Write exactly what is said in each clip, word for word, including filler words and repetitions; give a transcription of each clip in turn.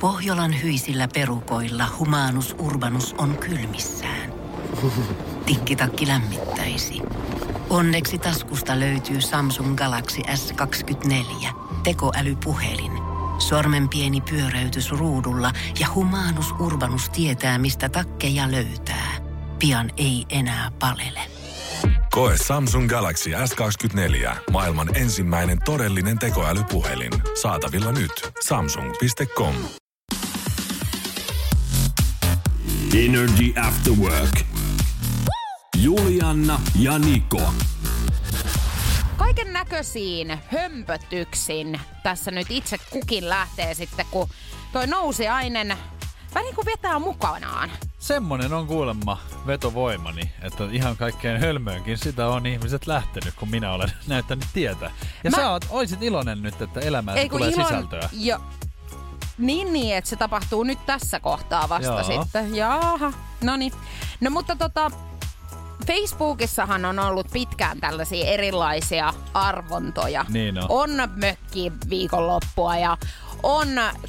Pohjolan hyisillä perukoilla Humanus Urbanus on kylmissään. Tikkitakki lämmittäisi. Onneksi taskusta löytyy Samsung Galaxy S kaksikymmentäneljä, tekoälypuhelin. Sormen pieni pyöräytys ruudulla ja Humanus Urbanus tietää, mistä takkeja löytää. Pian ei enää palele. Koe Samsung Galaxy S kaksikymmentäneljä, maailman ensimmäinen todellinen tekoälypuhelin. Saatavilla nyt. samsung piste com. Energy After Work. Julianna ja Niko. Kaiken näköisiin hömpötyksin tässä nyt itse kukin lähtee sitten, kun toi nousiainen vähän niin kuin vetää mukanaan. Semmonen on kuulemma vetovoimani, että ihan kaikkeen hölmöönkin sitä on ihmiset lähtenyt, kun minä olen näyttänyt tietä. Ja Mä... sä oot, oisit iloinen nyt, että elämään Ei, tulee ilon... sisältöä. Jo. Niin, niin, että se tapahtuu nyt tässä kohtaa vasta Jaa. sitten. Jaaha, noniin. No mutta tota... Facebookissahan on ollut pitkään tällaisia erilaisia arvontoja. Niin on. On mökki viikonloppua ja on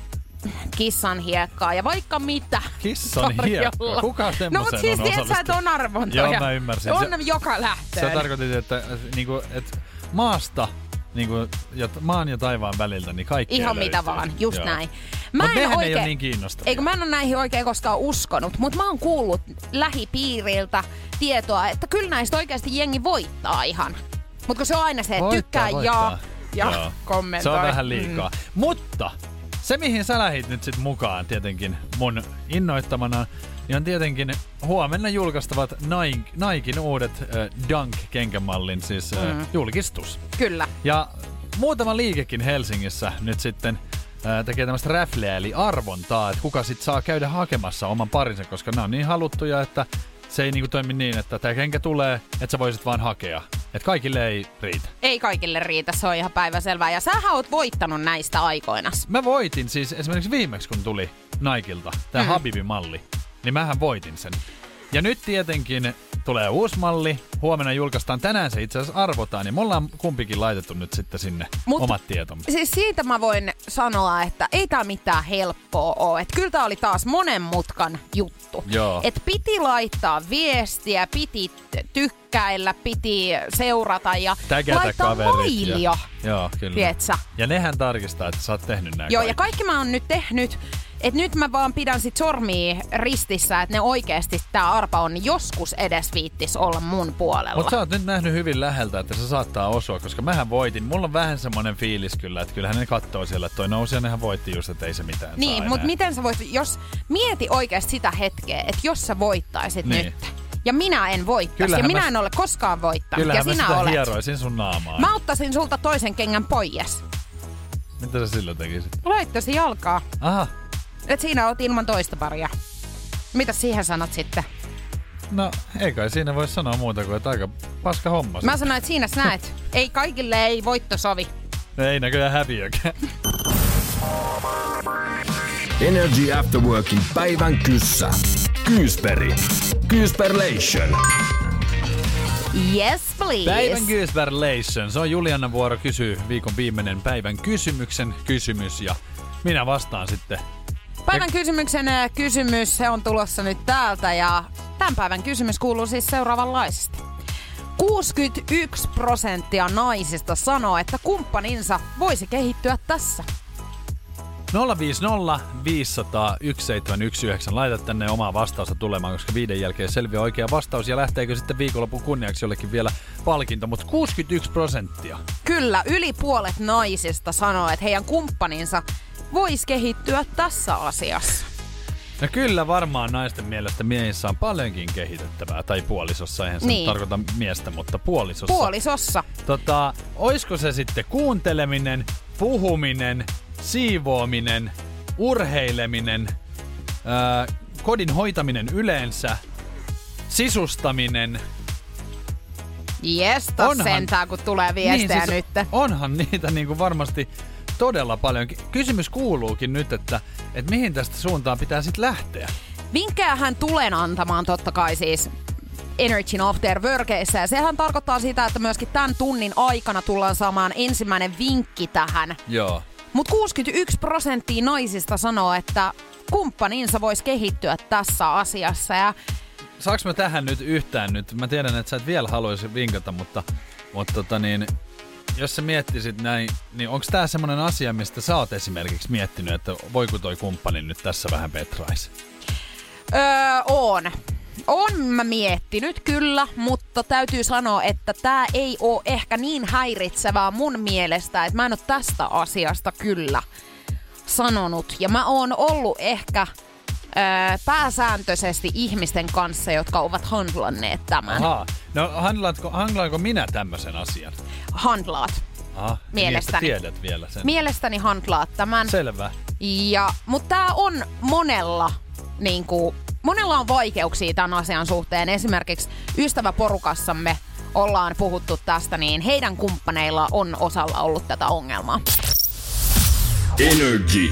kissan hiekkaa ja vaikka mitä. Kissan hiekkaa? Kuka semmoisen no, mutta siis on tiedät sä, että on arvontoja. Joo, mä ymmärsin. On se, joka lähtöön. Sä tarkoitit, että, niinku, että maasta, niinku, ja maan ja taivaan väliltä, niin kaikkea ihan löytyy. Mitä vaan, just Joo. näin. Mutta nehän oikein, ei ole niin kiinnostavia. Eikö mä en ole näihin oikein koskaan uskonut, mutta mä oon kuullut lähipiiriltä tietoa, että kyllä näistä oikeasti jengi voittaa ihan. Mutta kun se on aina se, että tykkää ja, ja kommentoi. Se on vähän liikaa. Mm. Mutta se, mihin sä lähit nyt sit mukaan tietenkin mun innoittamana, niin on tietenkin huomenna julkaistavat Nikein uudet äh, Dunk-kenkämallin siis äh, mm. julkistus. Kyllä. Ja muutama liikekin Helsingissä nyt sitten äh, tekee tämmöistä räfleä eli arvontaa, että kuka sit saa käydä hakemassa oman parinsa, koska nämä on niin haluttuja, että se ei niinku toimi niin, että tämä kenkä tulee, että sä voisit vaan hakea. Että kaikille ei riitä. Ei kaikille riitä, se on ihan päiväselvää. Ja sähän oot voittanut näistä aikoinas. Mä voitin siis esimerkiksi viimeksi, kun tuli Nikilta tää mm. Habibi-malli, niin mähän voitin sen. Ja nyt tietenkin tulee uusi malli. Huomenna julkaistaan. Tänään se itse asiassa arvotaan. Ja me ollaan kumpikin laitettu nyt sitten sinne Mut, omat tietomme. Siis siitä mä voin sanoa, että ei tää mitään helppoa ole. Että kyllä tää oli taas monen mutkan juttu. Että piti laittaa viestiä, piti tykkäillä, piti seurata ja tägätä laittaa mailio. Joo, kyllä. Tietsä? Ja nehän tarkistaa, että sä oot tehnyt näin. Joo, kaikki. ja kaikki mä oon nyt tehnyt. Et nyt mä vaan pidän sit sormia ristissä, että ne oikeesti tää arpa on joskus edes viittis olla mun puolella. Mut sä oot nyt nähnyt hyvin läheltä, että se saattaa osua, koska mähän voitin. Mulla on vähän semmonen fiilis kyllä, että kyllähän ne kattoo siellä, että toi nousi ja nehän voitti just, että ei se mitään Niin, saa mut enää. miten sä voit, jos mieti oikeesti sitä hetkeä, että jos sä voittaisit niin. nyt. Ja minä en voittais. Ja minä mä, en ole koskaan voittanut. Kyllähän ja sinä mä sitä olet. hieroisin sun naamaa. Mä ottaisin sulta toisen kengän pois. Mitä sä silloin tekisit? Laittaisin jalkaa. Aha. Et siinä oot ilman toista paria. Mitä siihen sanot sitten? No, ei kai siinä voi sanoa muuta kuin, että aika paska homma. Mä sanoin, että siinä sä näet. Ei kaikille ei voitto sovi. No ei näköjään häviökään. Energy After Workin päivän kyssä. Kyysperi. Kyysperlation. Yes, please. Päivän Kyysperlation. Se on Juliannan vuoro kysyä viikon viimeinen päivän kysymyksen kysymys ja minä vastaan sitten. Päivän kysymyksen kysymys, se on tulossa nyt täältä ja tämän päivän kysymys kuuluu siis seuraavanlaisesti. kuusikymmentäyksi prosenttia naisista sanoo, että kumppaninsa voisi kehittyä tässä. nolla viisi nolla viisi nolla nolla yksi seitsemän yksi yhdeksän. Laita tänne omaa vastausta tulemaan, koska viiden jälkeen selviää oikea vastaus. Ja lähteekö sitten viikonlopun kunniaksi jollekin vielä palkinto. Mutta kuusikymmentäyksi prosenttia. Kyllä, yli puolet naisista sanoo, että heidän kumppaninsa voisi kehittyä tässä asiassa. No kyllä varmaan naisten mielestä miehissä on paljonkin kehitettävää. Tai puolisossa, eihän se niin tarkoita miestä, mutta puolisossa. Puolisossa. Tota, oisko se sitten kuunteleminen, puhuminen, siivoaminen, urheileminen, ää, kodin hoitaminen yleensä, sisustaminen. Jestas sentään, kun tulee viestejä niin, siis nyt. Onhan niitä niin kuin varmasti todella paljon. Kysymys kuuluukin nyt, että, että mihin tästä suuntaan pitää sitten lähteä? Vinkkejähän tulen antamaan totta kai siis Energy After Workissa. Ja sehän tarkoittaa sitä, että myöskin tämän tunnin aikana tullaan saamaan ensimmäinen vinkki tähän. Joo. Mutta kuusikymmentäyksi prosenttia naisista sanoo, että kumppaninsa voisi kehittyä tässä asiassa. Ja saanko mä tähän nyt yhtään nyt? Mä tiedän, että sä et vielä haluaisi vinkata, mutta, mutta tota niin, jos sä miettisit näin, niin onko tää semmonen asia, mistä sä oot esimerkiksi miettinyt, että voiko toi kumppani nyt tässä vähän petraisi? Öö, on. On mä miettinyt kyllä, mutta täytyy sanoa, että tää ei oo ehkä niin häiritsevää mun mielestä, että mä en oo tästä asiasta kyllä sanonut. Ja mä oon ollut ehkä öö, pääsääntöisesti ihmisten kanssa, jotka ovat handlanneet tämän. Ahaa. No handlaanko, handlaanko minä tämmöisen asian? Handlaat. Aha, Mielestäni. Niin, tiedät vielä sen. Mielestäni handlaat tämän. Selvä. Ja, mutta tää on monella niinku... Monella on vaikeuksia tämän asian suhteen. Esimerkiksi ystäväporukassamme ollaan puhuttu tästä, niin heidän kumppaneilla on osalla ollut tätä ongelmaa. Energy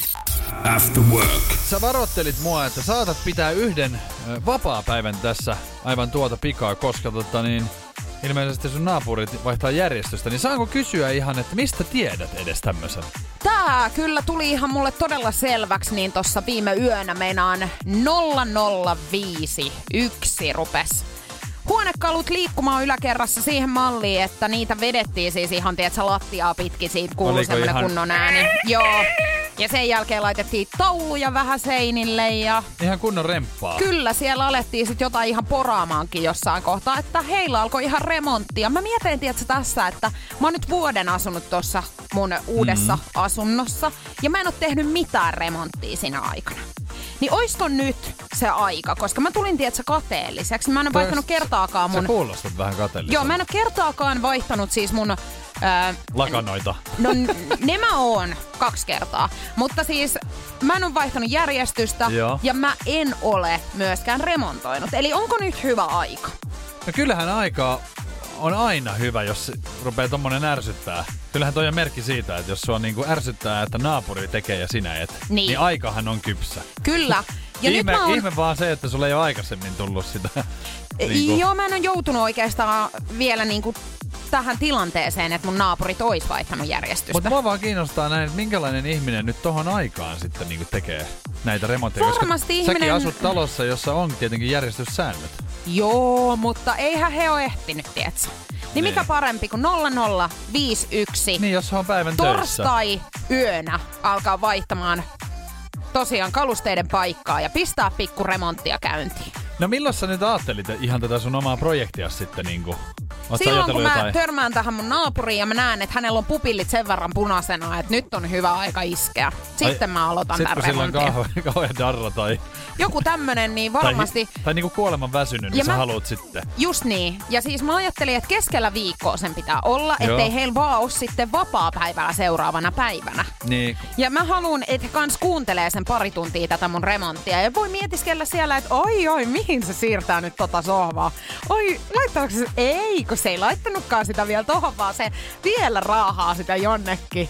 After Work. Sä varoittelit mua, että saatat pitää yhden vapaapäivän tässä aivan tuota pikaa, koska tota niin, ilmeisesti sun naapurit vaihtaa järjestystä. Niin saanko kysyä ihan, että mistä tiedät edes tämmöisen? Tää kyllä tuli ihan mulle todella selväksi, niin tossa viime yönä meinaan nolla nolla viisi yksi rupes huonekalut liikkumaan yläkerrassa siihen malliin, että niitä vedettiin siis ihan, tietsä, lattiaa pitkin, siitä kuului semmonen ihan kunnon ääni. Joo. Ja sen jälkeen laitettiin tauluja vähän seinille ja... Ihan kunnon remppaa. Kyllä, siellä alettiin sit jotain ihan poraamaankin jossain kohtaa, että heillä alkoi ihan remonttia. Mä mietin, tietsä, tässä, että mä oon nyt vuoden asunut tuossa mun uudessa mm. asunnossa ja mä en oo tehnyt mitään remonttia siinä aikana. Niin oisko nyt se aika? Koska mä tulin, tietsä, kateelliseksi. Mä en oo vaihtanut kertaakaan mun... Sä kuulostat vähän kateelliselta. Joo, mä en oo kertaakaan vaihtanut siis mun... Ää, lakanoita. No ne mä oon kaksi kertaa. Mutta siis mä en oo vaihtanut järjestystä. Joo. Ja mä en ole myöskään remontoinut. Eli onko nyt hyvä aika? No kyllähän aika on aina hyvä, jos rupeaa tommonen ärsyttää. Kyllähän toi on merkki siitä, että jos sua niinku ärsyttää, että naapuri tekee ja sinä et, niin, niin aikahan on kypsä. Kyllä. Ja ihme, nyt mä oon... ihme vaan se, että sulla ei ole aikaisemmin tullut sitä. Niinku... Joo, mä en ole joutunut oikeastaan vielä niinku tähän tilanteeseen, että mun naapurit ois vaihtanut järjestystä. Mutta mua vaan kiinnostaa näin, että minkälainen ihminen nyt tohon aikaan sitten niinku tekee näitä remontteja. Varmasti ihminen... Säkin asut talossa, jossa on tietenkin järjestyssäännöt. Joo, mutta eihän he ole ehtinyt, tietsä. Niin, niin mikä parempi kuin nolla nolla viisi yksi. Niin, jos on päivän torstai töissä. Yönä alkaa vaihtamaan tosiaan kalusteiden paikkaa ja pistää pikku remonttia käyntiin. No milloin sä nyt ajattelit ihan tätä sun omaa projektia sitten niinku? Oot silloin kun mä jotain? törmään tähän mun naapuriin ja mä näen, että hänellä on pupillit sen verran punaisena, että nyt on hyvä aika iskeä. Sitten Ai, mä aloitan sit, tämän remontin. Sitten kun sillä on kauhean darra tai... Joku tämmönen, niin varmasti... Tai, tai niinku kuoleman väsynyt, niin sä mä, haluut sitten. Just niin. Ja siis mä ajattelin, että keskellä viikkoa sen pitää olla, ettei heillä vaan ole sitten vapaa-päivää seuraavana päivänä. Niin. Ja mä haluun, että he kans kuuntelee sen pari tuntia tätä mun remonttia. Ja voi mietiskellä siellä, että oi oi, mihin se siirtää nyt tota sohvaa. Oi, laittaako se... Ei, kun se ei laittanutkaan sitä vielä tohon, vaan se vielä raahaa sitä jonnekin.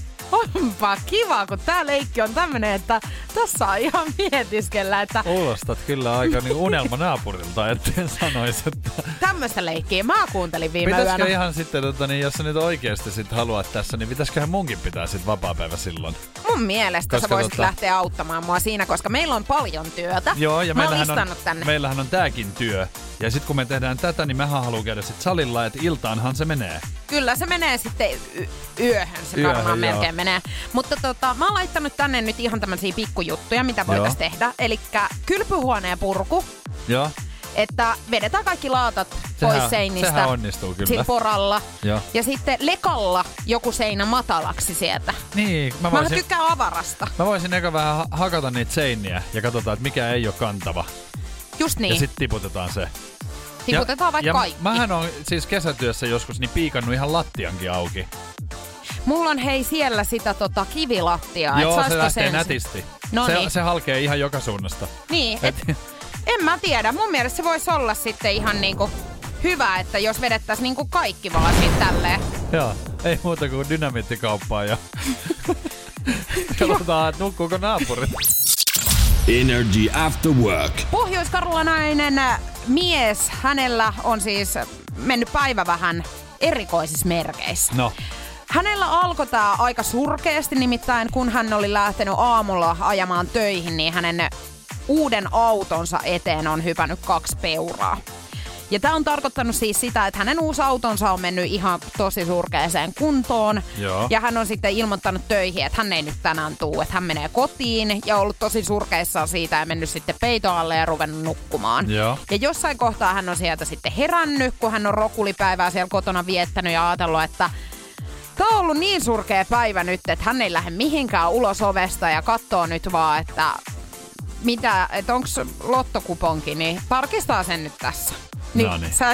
Onpa kiva, kun tää leikki on tämmönen, että tossa on ihan mietiskellä, että... Kuulostat kyllä aika niin unelma naapurilta, etten sanois, että... Tämmöstä leikkiä mä kuuntelin viime pitäisikö yönä. ihan sitten, tota, niin, jos sä nyt oikeesti sit haluat tässä, niin pitäisiköhän munkin pitää sit vapaapäivä silloin? Mun mielestä koska sä voisit tota... lähteä auttamaan mua siinä, koska meillä on paljon työtä. Joo, ja mä meillähän on, tänne. meillähän on tääkin työ. Ja sit kun me tehdään tätä, niin mehän haluaa käydä sit salilla, että iltaanhan se menee. Kyllä se menee sitten y- yöhön, se yöhön, varmaan joo. melkein menee. Mutta tota, mä oon laittanut tänne nyt ihan tämmöisiä pikkujuttuja, mitä voitais tehdä. Elikkä kylpyhuoneen purku. Joo. Että vedetään kaikki laatat sehän, pois seinistä. Sehän onnistuu kyllä. Sit poralla. Joo. Ja sitten lekalla joku seinä matalaksi sieltä. Niin. Mä, voisin, mä tykkään avarasta. Mä voisin eka vähän hakata niitä seiniä ja katsotaan, että mikä ei ole kantava. Just niin. Ja sit tiputetaan se. Tiputetaan ja, vaikka ja kaikki. Mähän on siis kesätyössä joskus niin piikannut ihan lattiankin auki. Mulla on hei siellä sitä tota kivilattiaa. Joo, et se lähtee sen... nätisti. No se, niin. se halkee ihan joka suunnasta. Niin, et, en mä tiedä. Mun mielestä se voisi olla sitten ihan niinku hyvä, että jos vedettäisiin niinku kaikki vaan siitä tälleen. Joo, ei muuta kuin dynamiittikauppaa ja katsotaan, että nukkuuko naapurit. Energy After Work. Pohjois-karolanainen mies, hänellä on siis mennyt päivä vähän erikoisissa merkeissä. No. Hänellä alkoi tää aika surkeasti, nimittäin kun hän oli lähtenyt aamulla ajamaan töihin, niin hänen uuden autonsa eteen on hypännyt kaksi peuraa. Ja tää on tarkoittanut siis sitä, että hänen uusi autonsa on mennyt ihan tosi surkeeseen kuntoon. Joo. Ja hän on sitten ilmoittanut töihin, että hän ei nyt tänään tuu, että hän menee kotiin ja ollut tosi surkeissaan siitä ja mennyt sitten peiton alle ja ruvennut nukkumaan. Joo. Ja jossain kohtaa hän on sieltä sitten herännyt, kun hän on rokulipäivää siellä kotona viettänyt ja ajatellut, että tää on ollut niin surkea päivä nyt, että hän ei lähde mihinkään ulos ovesta ja katsoo nyt vaan, että mitä, että onko lottokuponki, niin tarkistaa sen nyt tässä. Niin, Noniin. sä,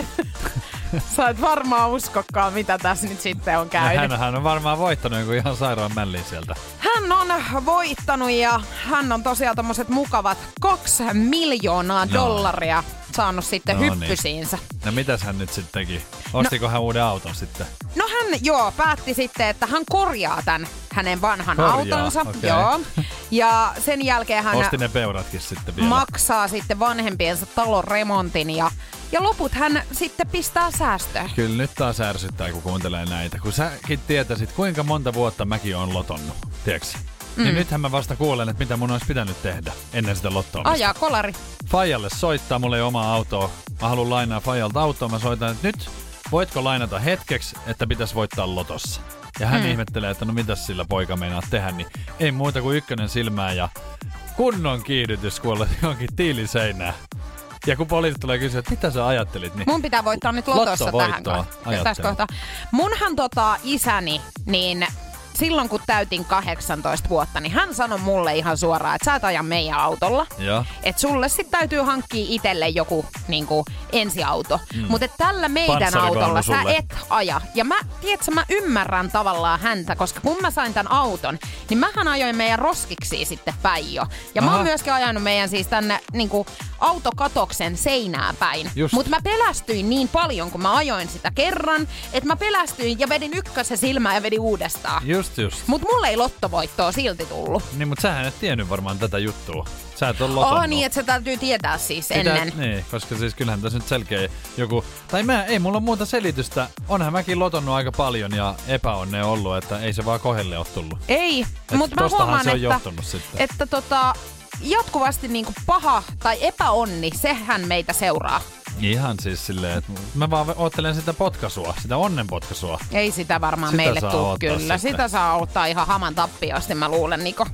sä et varmaan uskokaan, mitä tässä nyt sitten on käynyt. No, hän on varmaan voittanut joku ihan sairaan mällin sieltä. Hän on voittanut ja hän on tosiaan tommoset mukavat kaksi miljoonaa No. dollaria saanut sitten No niin. hyppysiinsä. No mitäs hän nyt sitten teki? Ostiko no. hän uuden auton sitten? No hän joo päätti sitten, että hän korjaa tämän hänen vanhan Korjaa, autonsa. okei. Joo. Ja sen jälkeen hän Osti ne peuratkin sitten vielä. maksaa sitten vanhempiensa talon remontin ja, ja loput hän sitten pistää säästöön. Kyllä nyt taas ärsyttää, kun kuuntelee näitä. Kun säkin tietäisit, kuinka monta vuotta mäkin oon lotonnut, tiedätkö? Mm. Niin nythän mä vasta kuulen, että mitä mun olisi pitänyt tehdä ennen sitä lottoamista. Ajaa kolari. Fajalle soittaa, mulla ei ole omaa autoa. Mä haluan lainaa Fajalta autoa. Mä soitan, että nyt voitko lainata hetkeksi, että pitäisi voittaa lotossa. Ja hän mm. ihmettelee, että no mitäs sillä poika meinaa tehdä, niin ei muuta kuin ykkönen silmää ja kunnon kiihdytys, kun olet johonkin tiiliseinään. Ja kun poliisit tulee kysyä, että mitä sä ajattelit, niin Mun pitää voittaa nyt lotossa tähän ajattelin. tässä kohtaa. Munhan tota isäni, niin silloin kun täytin kahdeksantoista vuotta, niin hän sanoi mulle ihan suoraan, että sä et aja meidän autolla. Joo. Että sulle sit täytyy hankkia itselle joku niinku, ensiauto. Mm. Mutta tällä meidän Panssarivaunu autolla sä sulle. et aja. Ja mä, tiedätkö, mä ymmärrän tavallaan häntä, koska kun mä sain tän auton, niin mähän ajoin meidän roskiksi sitten päin jo. Ja Aha. mä oon myöskin ajanut meidän siis tänne niinku, autokatoksen seinää päin. Mutta mä pelästyin niin paljon, kun mä ajoin sitä kerran, että mä pelästyin ja vedin ykkösen silmään ja vedin uudestaan. Just just. Mut mulle ei lottovoittoa silti tullut. Niin, mutta sähän et tiennyt varmaan tätä juttua. Sä et ole lotonnut. Oh niin, että se täytyy tietää siis Sitä, ennen. Niin, koska siis kyllähän tässä nyt selkeä joku... Tai mä, ei mulla muuta selitystä. Onhan mäkin lotonnut aika paljon ja epäonne ollut, että ei se vaan kohdelle ole tullut. Ei, mutta mä huomaan, se on että, johtunut sitten. että tota, jatkuvasti niinku paha tai epäonni, sehän meitä seuraa. Ihan siis silleen, että mä vaan oottelen sitä potkaisua, sitä onnenpotkaisua. Ei sitä varmaan Sitä meille saa tuu ottaa kyllä. sitten. Sitä saa ottaa ihan haman tappiosti, mä luulen, Niko.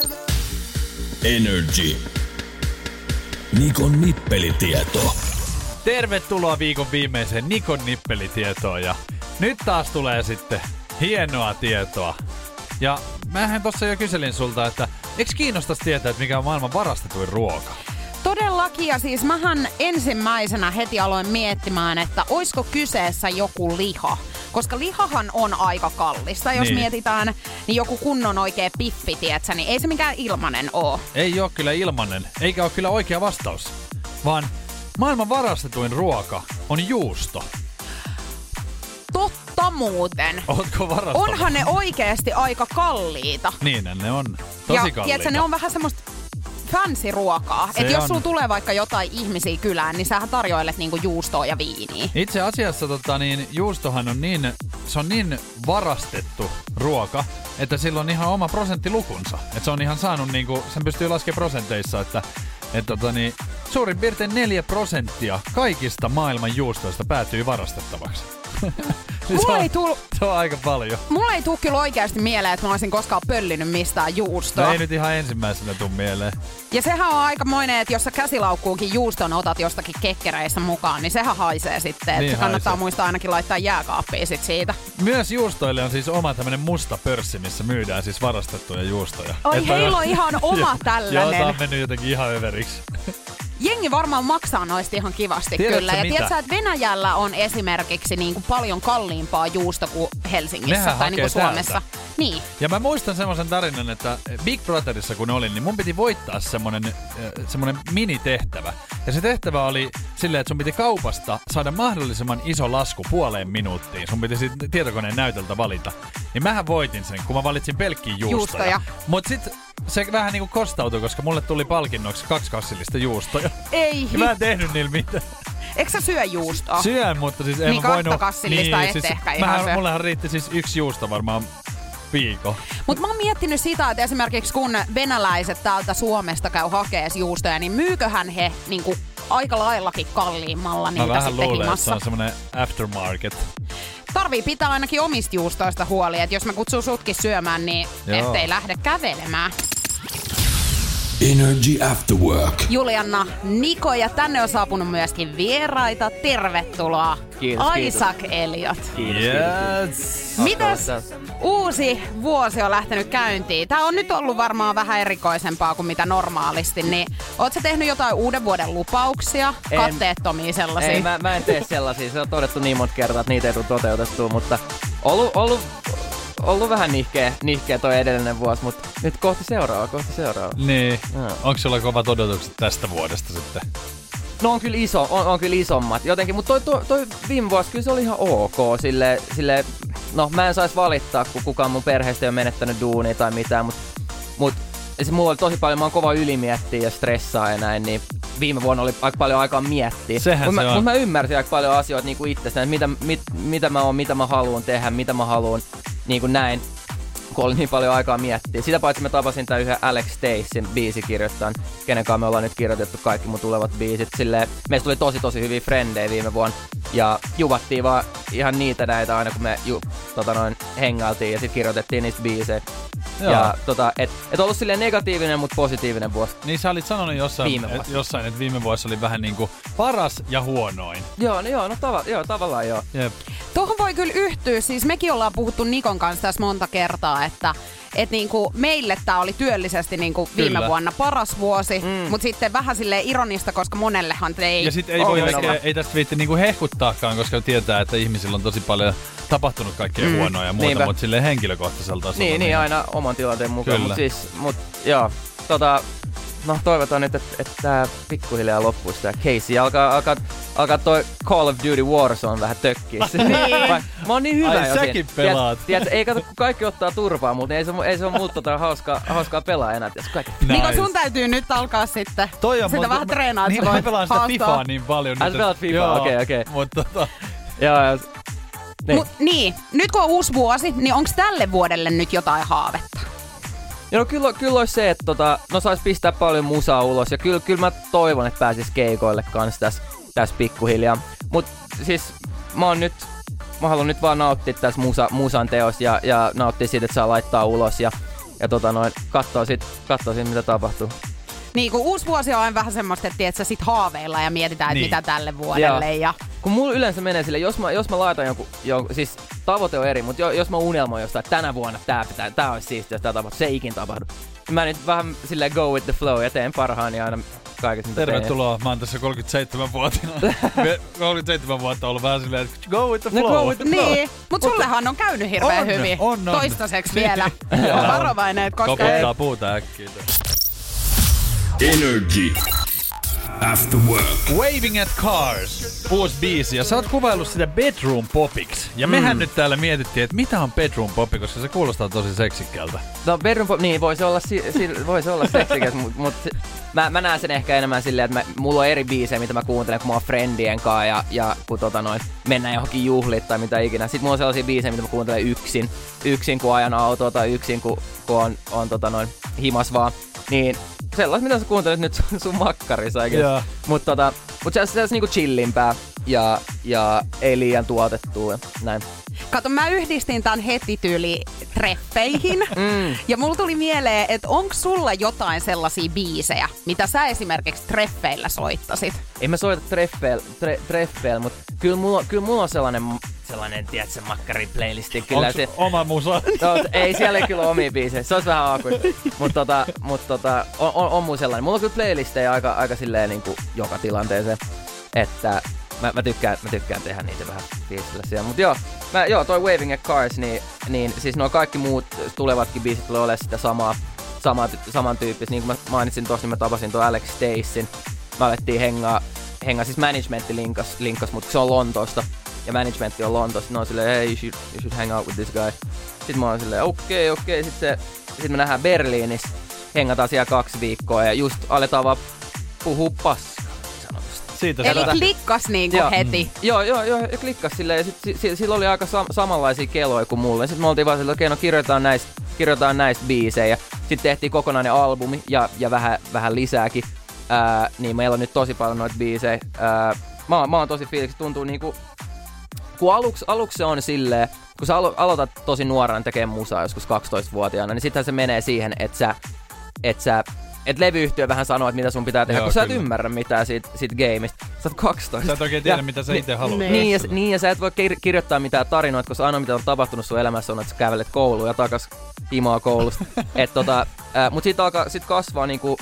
Energy. Nikon nippelitieto. Tervetuloa viikon viimeiseen Nikon nippelitietoon ja nyt taas tulee sitten hienoa tietoa. Ja mähän tossa jo kyselin sulta, että eikö kiinnostais tietää, että mikä on maailman varastetuin ruoka? Todellakin, ja siis mähän ensimmäisenä heti aloin miettimään, että oisko kyseessä joku liha. Koska lihahan on aika kallista. Jos Niin. mietitään, niin joku kunnon oikea piffi, tietsä, niin ei se mikään ilmanen oo. Ei oo kyllä ilmanen, eikä oo kyllä oikea vastaus. Vaan maailman varastetuin ruoka on juusto. Totta muuten. Ootko varastanut? Onhan ne oikeesti aika kalliita. Niin, ne on tosi ja kalliita. tiedätkö, ne on vähän semmoista fancy-ruokaa. Se Että jos on. sulla tulee vaikka jotain ihmisiä kylään, niin sähän tarjoilet niinku juustoa ja viiniä. Itse asiassa tota, niin, juustohan on niin, se on niin varastettu ruoka, että sillä on ihan oma prosenttilukunsa. Että se on ihan saanut, niinku, sen pystyy laskemaan prosenteissa, että et, tota, niin, suurin piirtein neljä prosenttia kaikista maailman juustoista päätyy varastettavaksi. Niin se, Mulla on, ei tul... se on aika paljon. Mulla ei tuu kyllä oikeasti mieleen, että mä olisin koskaan pöllinyt mistään juustoa. No ei nyt ihan ensimmäisenä tuu mieleen. Ja sehän on aikamoinen, että jos sä käsilaukkuukin juuston otat jostakin kekkereistä mukaan, niin sehän haisee sitten. Niin Että kannattaa haisee. muistaa ainakin laittaa jääkaappiin sit siitä. Myös juustoille on siis oma tämmönen musta pörssi, missä myydään siis varastettuja juustoja. Oi, Että heillä on ihan oma Joo, tällainen. Joo, tää on mennyt jotenkin ihan överiksi. Jengi varmaan maksaa noista ihan kivasti. Tiedätkö kyllä. Ja mitä? tiedätkö, että Venäjällä on esimerkiksi niin kuin paljon kalliimpaa juusto kuin Helsingissä Nehän tai niin kuin hakee Suomessa. täältä. Niin. Ja mä muistan semmoisen tarinan, että Big Brotherissa kun olin, niin mun piti voittaa semmonen, äh, semmonen minitehtävä. Ja se tehtävä oli silleen, että sun piti kaupasta saada mahdollisimman iso lasku puoleen minuuttiin. Sun piti sitten tietokoneen näytöltä valita. Niin mähän voitin sen, kun mä valitsin pelkkiä juustoja. Juustoja. Mut sit se vähän niinku kostautui, koska mulle tuli palkinnoksi kaksi kassillista juustoja. Ei. Ja mä en tehnyt niillä mitään. Eikö sä syö juustoa? Syön, mutta siis en niin mä voinut... kahta kassillista niin, et siis ehkä ihan mähän, syö. Mullehan riitti siis yksi juusto varmaan viikon. Mutta mä oon miettinyt sitä, että esimerkiksi kun venäläiset täältä Suomesta käy hakees juustoja, niin myyköhän he niinku aika laillakin kalliimmalla niitä mä vähän sitten luulen, himassa. että se on semmonen aftermarket. Tarvii pitää ainakin omista juustoista huoli, että jos mä kutsun sutkin syömään, niin Joo. ettei lähde kävelemään. Energy After Work. Julianna, Niko ja tänne on saapunut myöskin vieraita. Tervetuloa. Kiitos, Isaac Elliot. Yes. Mites uusi vuosi on lähtenyt käyntiin? Tää on nyt ollut varmaan vähän erikoisempaa kuin mitä normaalisti, niin oot sä tehnyt jotain uuden vuoden lupauksia? En. Katteettomia sellaisia? Ei, mä, mä en tee sellaisia. Se on todettu niin monta kertaa, että niitä ei tule toteutettua, mutta ollut, ollut, ollut vähän nihkeä, nihkeä toi edellinen vuosi, mutta nyt kohti seuraavaa, kohti seuraavaa. Niin. Joo. Onko sulla kovat odotukset tästä vuodesta sitten? No on kyllä, iso, on, on kyllä isommat jotenkin, mutta toi, toi, toi viime vuosi kyllä se oli ihan ok. Sille, sille, no mä en sais valittaa, kun kukaan mun perheestä ei ole menettänyt duunia tai mitään, mutta mut, se mulla oli tosi paljon, mä oon kova ylimiettiä ja stressaa ja näin, niin viime vuonna oli aika paljon aikaa miettiä. Sehän Mutta se mä, on. mut mä ymmärsin aika paljon asioita niin kuin itsestään, että mitä, mit, mitä mä oon, mitä mä haluan tehdä, mitä mä haluan, niin kuin näin. Kun oli niin paljon aikaa miettiä. Sitä paitsi mä tapasin tän yhden Alex Stacyn biisikirjoittajan, kenen kanssa me ollaan nyt kirjoitettu kaikki mun tulevat biisit. Silleen, meistä tuli tosi tosi hyviä frendejä viime vuonna. Ja juvattiin vaan ihan niitä näitä aina, kun me ju, tota noin, hengailtiin ja sit kirjoitettiin niistä biisejä. Joo. Ja tota, et, et ollut silleen negatiivinen, mutta positiivinen vuosi. Niin sä olit sanonut jossain, Viime et, vuosi. jossain että viime vuosi oli vähän niinku paras ja huonoin. Joo, no joo, no tava, joo, tavallaan joo. Jep. Tuohon voi kyllä yhtyä. Siis mekin ollaan puhuttu Nikon kanssa tässä monta kertaa, että et niinku meille tää oli työllisesti niinku viime Kyllä. vuonna paras vuosi, mm. mutta sitten vähän silleen ironista, koska monellehan ei Ja sit ei ole voi sama. oikein, ei tästä viitti niinku hehkuttaakaan, koska tietää, että ihmisillä on tosi paljon tapahtunut kaikkea mm. huonoa ja muuta, Niinpä. mutta silleen henkilökohtaisella tasolla. Niin, niin aina oman tilanteen mukaan, Kyllä. mutta siis, mut joo, tota, no toivotaan nyt, että et tää pikkuhiljaa loppuisi tää case ja alkaa, alkaa, alkaa toi Call of Duty Warzone vähän tökkiä. Niin. Vai, mä oon niin hyvä Ai, jo säkin siinä. pelaat. Tiedät, tiedät, ei kato, kun kaikki ottaa turpaa, mutta ei se, ei se ole multa tota hauskaa, hauskaa pelaa enää. Tiedät, kaikki. Nice. Niko, sun täytyy nyt alkaa sitten Toi on sitä mun- vähän treenaa, että niin, sä mä voit pelaan sitä haastaa. Fifaa niin paljon. Ai, nyt, sä pelaat että- Fifaa, joo, okei, okei. Mutta tota, Joo, joo. Niin. Mut, niin, nyt kun on uusi vuosi, niin onko tälle vuodelle nyt jotain haavetta? Ja no kyllä, kyllä olisi se, että tota, no sais pistää paljon musaa ulos ja kyllä, kyllä mä toivon, että pääsis keikoille kans tässä täs pikkuhiljaa. Mut siis mä oon nyt, mä haluan nyt vaan nauttia tässä musa, musan teosta ja, ja nauttia siitä, että saa laittaa ulos ja, ja tota noin, kattoo sit, kattoo sit mitä tapahtuu. Niin, kun uusi vuosi on aina vähän semmoista, että tiedät, sä sit haaveillaan ja mietitään, että Niin. mitä tälle vuodelle. Joo. Ja... Kun mulla yleensä menee sille, jos mä, jos mä laitan jonkun, jonkun, siis tavoite on eri, mutta jo, jos mä unelmoin jostain, että tänä vuonna tää pitää, tää olisi siistiä, jos tää tapahtuu, se ei ikin tapahdu. Mä nyt vähän silleen go with the flow ja teen parhaani aina kaikessa mitä teen. tervetuloa. Mä oon tässä kolmekymmentäseitsemän-vuotiaana. kolmekymmentäseitsemän vuotta ollut vähän silleen, että go with the No, flow. go with the flow. Niin, mutta sullehan on käynyt hirveän On, hyvin. on, on. Toistaiseksi vielä. Joo. On varovainen, että koska ei... Koputtaa puuta äkkiä. Energy After Work. Waving at Cars, uusi biisi, ja sä oot kuvaillut sitä bedroom popiksi. Ja mehän mm. nyt täällä mietittiin, että mitä on bedroom popi, koska se kuulostaa tosi seksikkältä. No bedroom pop, niin voi se olla, si, si, voi se olla seksikäs, mutta mut, mä, mä näen sen ehkä enemmän silleen, että mä, mulla on eri biisejä, mitä mä kuuntelen, kun mä oon friendien kanssa ja, ja kun tota noin, mennään johonkin juhlit tai mitä ikinä. Sitten mulla on sellaisia biisejä, mitä mä kuuntelen yksin, yksin kun ajan autoa tai yksin kun, kun on, on tota noin, himas vaan. Niin sellaiset, mitä sä kuuntelet nyt sun, sun makkarissa, Joo. Mutta tota, mut se, se on niinku chillimpää ja, ja ei liian tuotettua ja näin. Kato, mä yhdistin tän heti tyyli treffeihin. Mm. Ja mulla tuli mieleen, että onko sulla jotain sellaisia biisejä, mitä sä esimerkiksi treffeillä soittasit? Ei mä soita treffeillä, tre, treffeillä mutta kyllä mulla, kyllä mulla on sellainen, sellainen, tiedätkö, makkari playlisti. Kyllä Onks se, oma musa? no, ei, siellä ei kyllä ole omia biisejä. Se olisi vähän awkward. Mutta tota, mut tota, on, on, on mun sellainen. Mulla on kyllä playlistejä aika, aika silleen niinku joka tilanteeseen. Että mä, mä, tykkään, mä tykkään tehdä niitä vähän biisillä siellä. Mut joo, mä, joo, toi Waving at Cars, niin, niin siis nuo kaikki muut tulevatkin biisit tulee olemaan sitä samaa, samaa, samantyyppistä. Niin kuin mä mainitsin tossa, niin mä tapasin tuon Alex Stacyn. Me alettiin hengaa, hengaa siis managementti linkas, linkas, mutta se on Lontoosta. Ja managementti on Lontoosta. Ne on silleen, hey, you should, you should hang out with this guy. Sitten mä oon silleen, okei, okay, okei. Okay. Sitten sit me nähdään Berliinissä. Hengataan siellä kaksi viikkoa ja just aletaan vaan puhua paskaa. Siitä Eli se klikkas niinku Joo. heti. Joo, joo, joo, ja klikkas silleen, ja sit, si, si, sillä oli aika sam- samanlaisia keloja kuin mulle. Sitten me oltiin vaan silleen, okei, okay, no kirjoitetaan näistä, kirjoitetaan näistä biisejä. Sitten tehtiin kokonainen albumi ja, ja vähän, vähän lisääkin. Ää, niin meillä on nyt tosi paljon noita biisejä. Ää, mä, mä oon tosi fiiliksi, tuntuu niinku... Kun aluksi, aluksi se on silleen, kun sä alo- aloitat tosi nuorena tekemään musaa joskus kaksitoistavuotiaana, niin sittenhän se menee siihen, että sä... Et sä Et levyyhtiö vähän sanoo, että mitä sun pitää tehdä, Joo, kun sä et kyllä. ymmärrä mitään siitä, siitä gameista. Sä oot kaksitoista. Sä et oikein tiedä, Ja- mitä sä itse haluat. Niin ja, niin, ja sä et voi kir- kirjoittaa mitään tarinoita, koska ainoa mitä on tapahtunut sun elämässä on, että sä kävelet kouluun ja takas himaa koulusta. Et tota, ää, mut sit alkaa sit kasvaa niinku,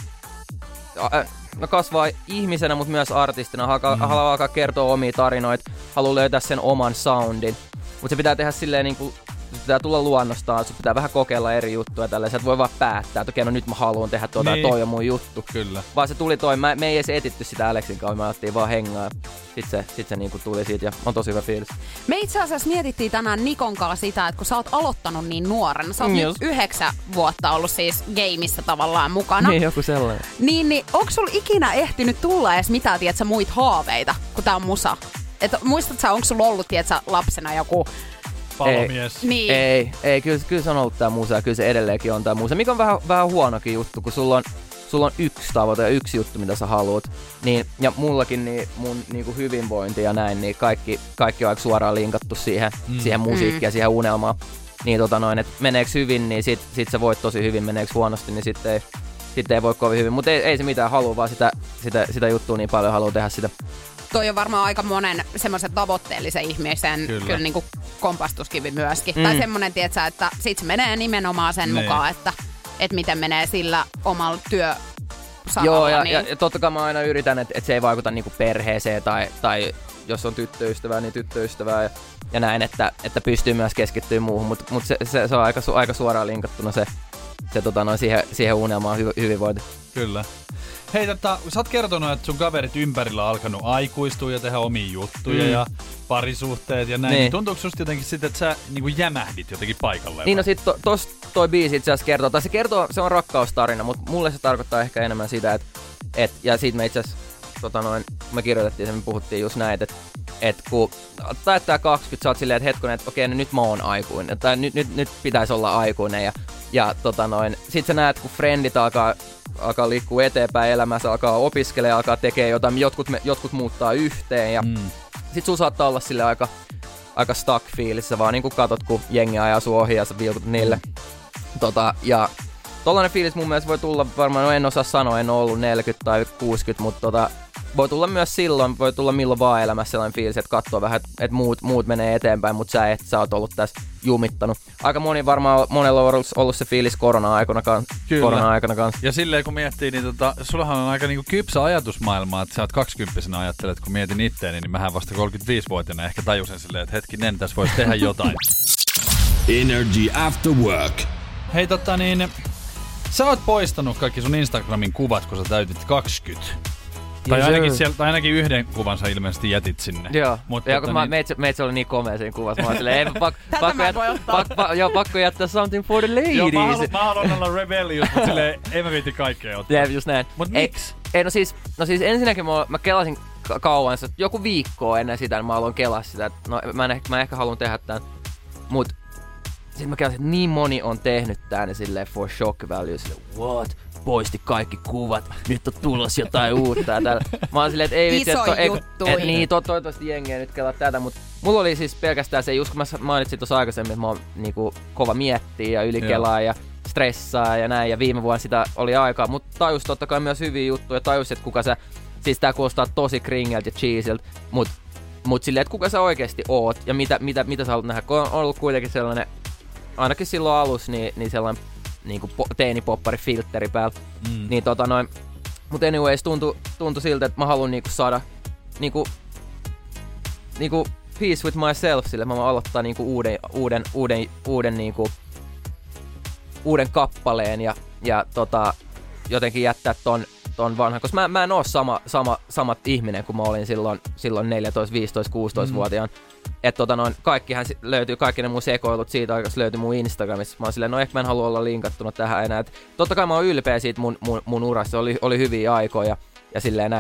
ää, no kasvaa ihmisenä, mut myös artistina. Haluaa mm. alkaa kertoa omia tarinoita, haluaa löytää sen oman soundin. Mut se pitää tehdä silleen niinku, se pitää tulla luonnostaan, sun pitää vähän kokeilla eri juttuja tälleen. Sä et voi vaan päättää, että okei, no nyt mä haluan tehdä tuota Niin. ja toi on mun juttu. Kyllä. Vaan se tuli toi, mä, me ei edes etitty sitä Alexin kanssa, me alettiin vaan hengaa. Sitten se, sit se niinku tuli siitä ja on tosi hyvä fiilis. Me itse asiassa mietittiin tänään Nikon kanssa sitä, että kun sä oot aloittanut niin nuorena, sä oot Mm, nyt just. yhdeksän vuotta ollut siis gameissa tavallaan mukana. Niin, joku sellainen. Niin, niin onko sulla ikinä ehtinyt tulla edes mitään, tiedätkö, muit haaveita, kun tää on musa? Et muistat sä, onko sulla ollut, tiedätkö, lapsena joku... Palomies. Niin. Ei, ei kyllä, kyllä se on ollut tää musa ja kyllä se edelleenkin on tää musa. Mikä on vähän, vähän huonokin juttu, kun sulla on, sulla on yksi tavoite ja yksi juttu, mitä sä haluat. Niin, ja mullakin niin mun niinku hyvinvointi ja näin, niin kaikki, kaikki on aika suoraan linkattu siihen, mm. siihen musiikkiin ja siihen unelmaan. Niin tota noin, että meneekö hyvin, niin sit, sit sä voit tosi hyvin, meneekö huonosti, niin sit ei, sit ei voi kovin hyvin. Mutta ei, ei se mitään halua, vaan sitä, sitä, sitä juttua niin paljon haluaa tehdä sitä. Toi on varmaan aika monen semmoisen tavoitteellisen ihmisen Kyllä. kyllä, kyllä niin kuin kompastuskivi myöskin. Mm. Tai semmoinen, tietsä, että sit se menee nimenomaan sen Niin. mukaan, että, että miten menee sillä omalla työ Joo, ja, niin... ja, ja totta kai mä aina yritän, että et se ei vaikuta niinku perheeseen tai, tai jos on tyttöystävää, niin tyttöystävää ja, ja näin, että, että pystyy myös keskittyä muuhun, mutta mut se, se, se on aika, su, aika suoraan linkattuna se, se tota, noin siihen, siihen unelmaan hy, hyvinvointi. Kyllä. Hei, tota, sä oot kertonut, että sun kaverit ympärillä on alkanut aikuistua ja tehdä omia juttuja Mm. ja parisuhteet ja näin. Niin. Niin. Tuntuuko susta jotenkin sitten, että sä niinku jämähdit jotenkin paikalleen? Niin no sit to, tos toi biisi itse asiassa kertoo, tai se kertoo, se on rakkaustarina, mutta mulle se tarkoittaa ehkä enemmän sitä, että et, ja siitä me itse asiassa, tota noin, me kirjoitettiin sen, me puhuttiin just näin, että et kun täyttää kaksikymmentä, sä oot silleen, että hetkonen, että okei, no nyt mä oon aikuinen, tai nyt, nyt, nyt pitäisi olla aikuinen, ja, ja tota noin, sit sä näet, kun frendit alkaa, alkaa liikkua eteenpäin elämässä, alkaa opiskelemaan, alkaa tekee jotain, jotkut, me, jotkut muuttaa yhteen, ja Mm. sit sulla saattaa olla sille aika, aika stuck fiilissä, vaan niinku katot, kun jengi ajaa sun ohi ja sä vilkut niille. Tota, ja tollanen fiilis mun mielestä voi tulla varmaan, no en osaa sanoa, en ole ollut neljäkymmentä tai kuusikymmentä, mutta tota, voi tulla myös silloin, voi tulla milloin vaan elämässä sellainen fiilis, että katsoo vähän, että et muut, muut menee eteenpäin, mutta sä et, sä oot ollut tässä jumittanut. Aika moni varmaan, monella on ollut, ollut se fiilis korona-aikana, kan, Kyllä. korona-aikana kanssa. Ja silleen kun miettii, niin tota, sullahan on aika niinku kypsä ajatusmaailma, että sä oot kaksikymppisenä ajattelet, kun mietin itteeni, niin mähän vasta kolmekymmentäviisivuotiaana ehkä tajusin silleen, että hetkinen, tässä voisi tehdä jotain. Energy After Work. Hei tota niin, sä oot poistanut kaikki sun Instagramin kuvat, kun sä täytit kaksikymmentä. Tai Yes, ainakin, sir. siellä, tai ainakin yhden kuvan sä ilmeisesti jätit sinne. Joo, Mut ja tota kun mä, niin- meitsi, meitsi oli niin komea siinä kuvassa, mä oon silleen, ei, pak, Tätä pakko, mä en jät, voi ottaa. pak, pak, joo, pakko jättää something for the ladies. Joo, mä haluan, mä haluan olla rebellious, mutta silleen ei mä viitti kaikkea ottaa. Jep, just näin. Mut Ei- miksi? Ei, no siis, no siis ensinnäkin mä, mä kelasin ka- kauan, se- joku viikkoa ennen sitä, niin mä aloin kelaa sitä, että no mä, en, ehkä- mä ehkä haluan tehdä tän. Mut sit mä kelasin, että niin moni on tehnyt tän ja silleen for shock value, silleen what? Poisti kaikki kuvat, nyt on tulos jotain uutta ja tällä. Mä oon silleen, että ei vitsi, Iso että juttu. et, niin, to, toivottavasti jengi ei nyt kelaa tätä, mut mulla oli siis pelkästään se, just kun mä mainitsin tuossa aikaisemmin, että mä oon niinku kova miettiä ja ylikelaa ja stressaa ja näin, ja viime vuonna sitä oli aikaa, mutta tajus totta kai myös hyviä juttuja, tajus, että kuka sä, siis tää kuulostaa tosi kringeltä ja cheesiltä, mut, mut silleen, että kuka sä oikeesti oot ja mitä, mitä, mitä sä haluat nähdä, kun on ollut kuitenkin sellainen, ainakin silloin alussa, niin, niin sellainen niinku po- teenipoppari filtteri päällä, Mm. niin tota noin, mut anyways tuntui, tuntui siltä, että mä haluan niinku saada niinku, niinku peace with myself, sille mä voin aloittaa niinku uuden, uuden, uuden, uuden niinku uuden kappaleen ja, ja tota, jotenkin jättää ton, ton vanhan, koska mä, mä en oo sama, sama, samat ihminen kuin mä olin silloin, silloin neljätoista, viisitoista, kuusitoista-vuotiaan. Että tota noin, kaikkihan si- löytyy, kaikki ne mun sekoilut siitä aikas löytyy mun Instagramissa. Mä oon silleen, no ehkä mä en halua olla linkattuna tähän enää. Et totta kai mä oon ylpeä siitä mun, mun, mun urassa, oli, oli hyviä aikoja ja silleen näin, mutta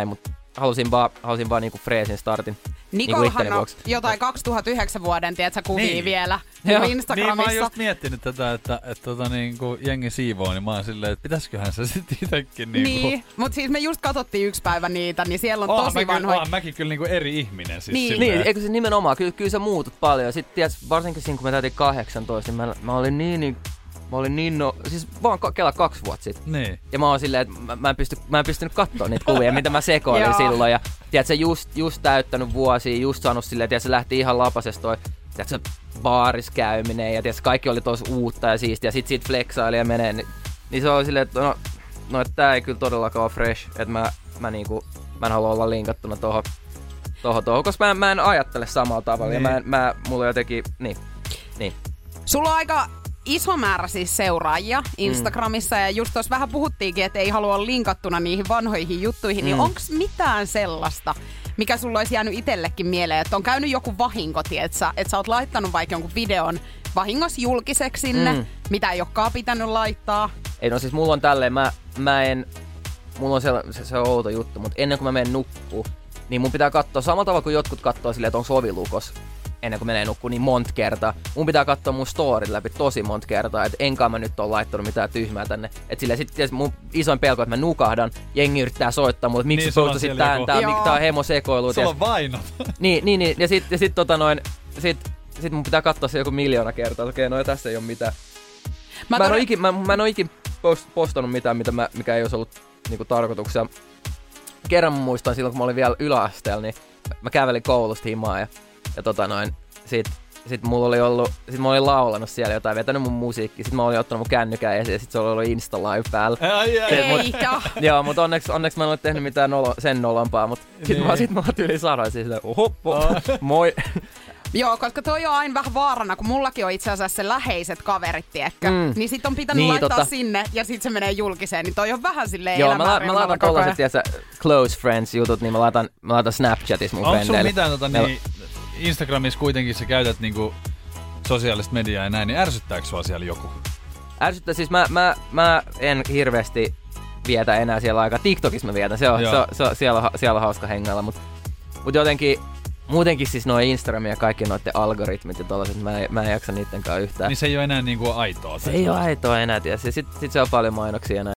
halusin vaan, halusin vaan niinku freesin startin. Nikolhan niinku on jotain kaksituhattayhdeksän vuoden, tiedätkö, kuvia Niin. vielä Joo. Instagramissa. Niin, mä oon just miettinyt tätä, että, että tota, niin kuin jengi siivoo, niin mä oon silleen, että pitäisiköhän se sitten itekin niin kuin... Niin, mutta siis me just katsottiin yksi päivä niitä, niin siellä on Oonhan tosi mä vanhoja. Oonhan mäkin kyllä niinku eri ihminen siis Niin. silleen. Niin, eikö se nimenomaan, kyllä, kyllä sä muutut paljon. Sitten ties, varsinkin siinä, kun mä täytin kahdeksantoista, niin mä, mä olin niin, niin mä olin niin, no, siis vaan kela kaksi vuotta sitten. Niin. Ja mä oon silleen, että mä, mä, en pysty, mä en pystynyt katsoa niitä kuvia, mitä mä sekoilin Joo. silloin. Ja tiedätkö, just, just täyttänyt vuosia, just saanut silleen, tiedätkö, se lähti ihan lapasesta toi, tiedätkö, baaris käyminen ja tiedätkö, kaikki oli tosi uutta ja siistiä. Ja sit siitä flexaili ja menee, niin, niin se oli silleen, että no, no että tää ei kyllä todellakaan ole fresh. Että mä, mä niinku, mä en halua olla linkattuna tohon, tohon, tohon koska mä, mä en ajattele samalla tavalla. Niin. Ja mä, en, mä, mulla jotenkin, niin, niin. Sulla on aika iso määrä siis seuraajia Instagramissa mm. ja just tuossa vähän puhuttiinkin, että ei halua olla linkattuna niihin vanhoihin juttuihin, mm. niin onko mitään sellaista, mikä sulla olisi jäänyt itsellekin mieleen, että on käynyt joku vahinko, tietsä, että sä oot laittanut vaikka jonkun videon vahingossa julkiseksi sinne, mm. mitä ei olekaan pitänyt laittaa? Ei no siis mulla on tälleen, mä, mä en, mulla on se, se, se on outo juttu, mutta ennen kuin mä menen nukkuun, niin mun pitää katsoa samalla tavalla kuin jotkut katsoo silleen, että onko ovi lukos ennen kuin menee nukkuun, niin monta kertaa. Mun pitää katsoa mun storit läpi tosi monta kertaa, että enkaan mä nyt ole laittanut mitään tyhmää tänne. Et silleen sit tietysti mun isoin pelko, että mä nukahdan, jengi yrittää soittaa mulle, että miksi Niin, sä sulla on postasit siellä tän, joku- tää, Joo. mik, tää on hemosekoilu. Sulla on vainot. Niin, niin, niin, ja sit, ja sit tota noin, sit, sit mun pitää katsoa se joku miljoona kertaa, okei, no ja tässä ei oo mitään. Mä, mä, en, todella- oo ikin, mä, mä en oo ikin post, postannut mitään, mitä mä, mikä ei olisi ollut niinku tarkoituksena. Kerran mä muistan silloin, kun mä olin vielä yläasteella, niin mä kävelin koulusta himaa ja, ja tota noin, sit, sit mulla oli ollut, sit mä olin laulanut siellä jotain, vetänyt mun musiikki, sit mä olin ottanut mun kännykän esiin ja sit se oli ollut Insta Live päällä. Ai, ai. Se- mut- Eikä. Joo, mut onneksi, onneksi mä en ole tehnyt mitään nolo, sen nolompaa, mut sit Niin. mä, sit mä tyyliin sanoin siis, että oho, oho, moi. Joo, koska toi on aina vähän vaarana, kun mullakin on itse asiassa se läheiset kaverit, tiedätkö? Mm. Niin sit on pitänyt Niin, laittaa totta. sinne ja sit se menee julkiseen, niin toi on vähän silleen Joo, mä, la- mä elämänrinnalla laitan koko tollaset, ajan. tiiäsä, close friends jutut, niin mä laitan, mä laitan Snapchatissa mun Onko sulla frendeille. mitään tota, Meillä- niin, Instagramissa kuitenkin sä käytät niinku sosiaalista mediaa ja näin, niin ärsyttääkö sua siellä joku? Ärsyttää, siis mä, mä, mä en hirveästi vietä enää siellä aikaa. TikTokissa mä vietän, se on, Joo. se, on- se, on- siellä, on ha- siellä on hauska hengailla, mut, mut jotenkin muutenkin siis noi Instagram ja kaikki noitten algoritmit ja tollaset, mä, en- mä en jaksa niitten kanssa yhtään. Niin se ei ole enää niinku aitoa. Se ei oo aitoa enää, tiiäs. Ja sit, sit se on paljon mainoksia ja näin.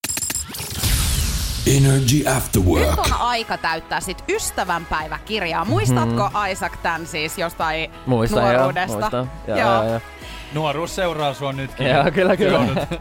Energy After Nyt Work. on aika täyttää sit ystävänpäiväkirjaa. Muistatko mm. Isaac tän siis jostain Muistan, joo, nuoruudesta? muistan. Joo, Joo. joo, joo. Nuoruus seuraa sua nytkin. Joo, kyllä, kyllä.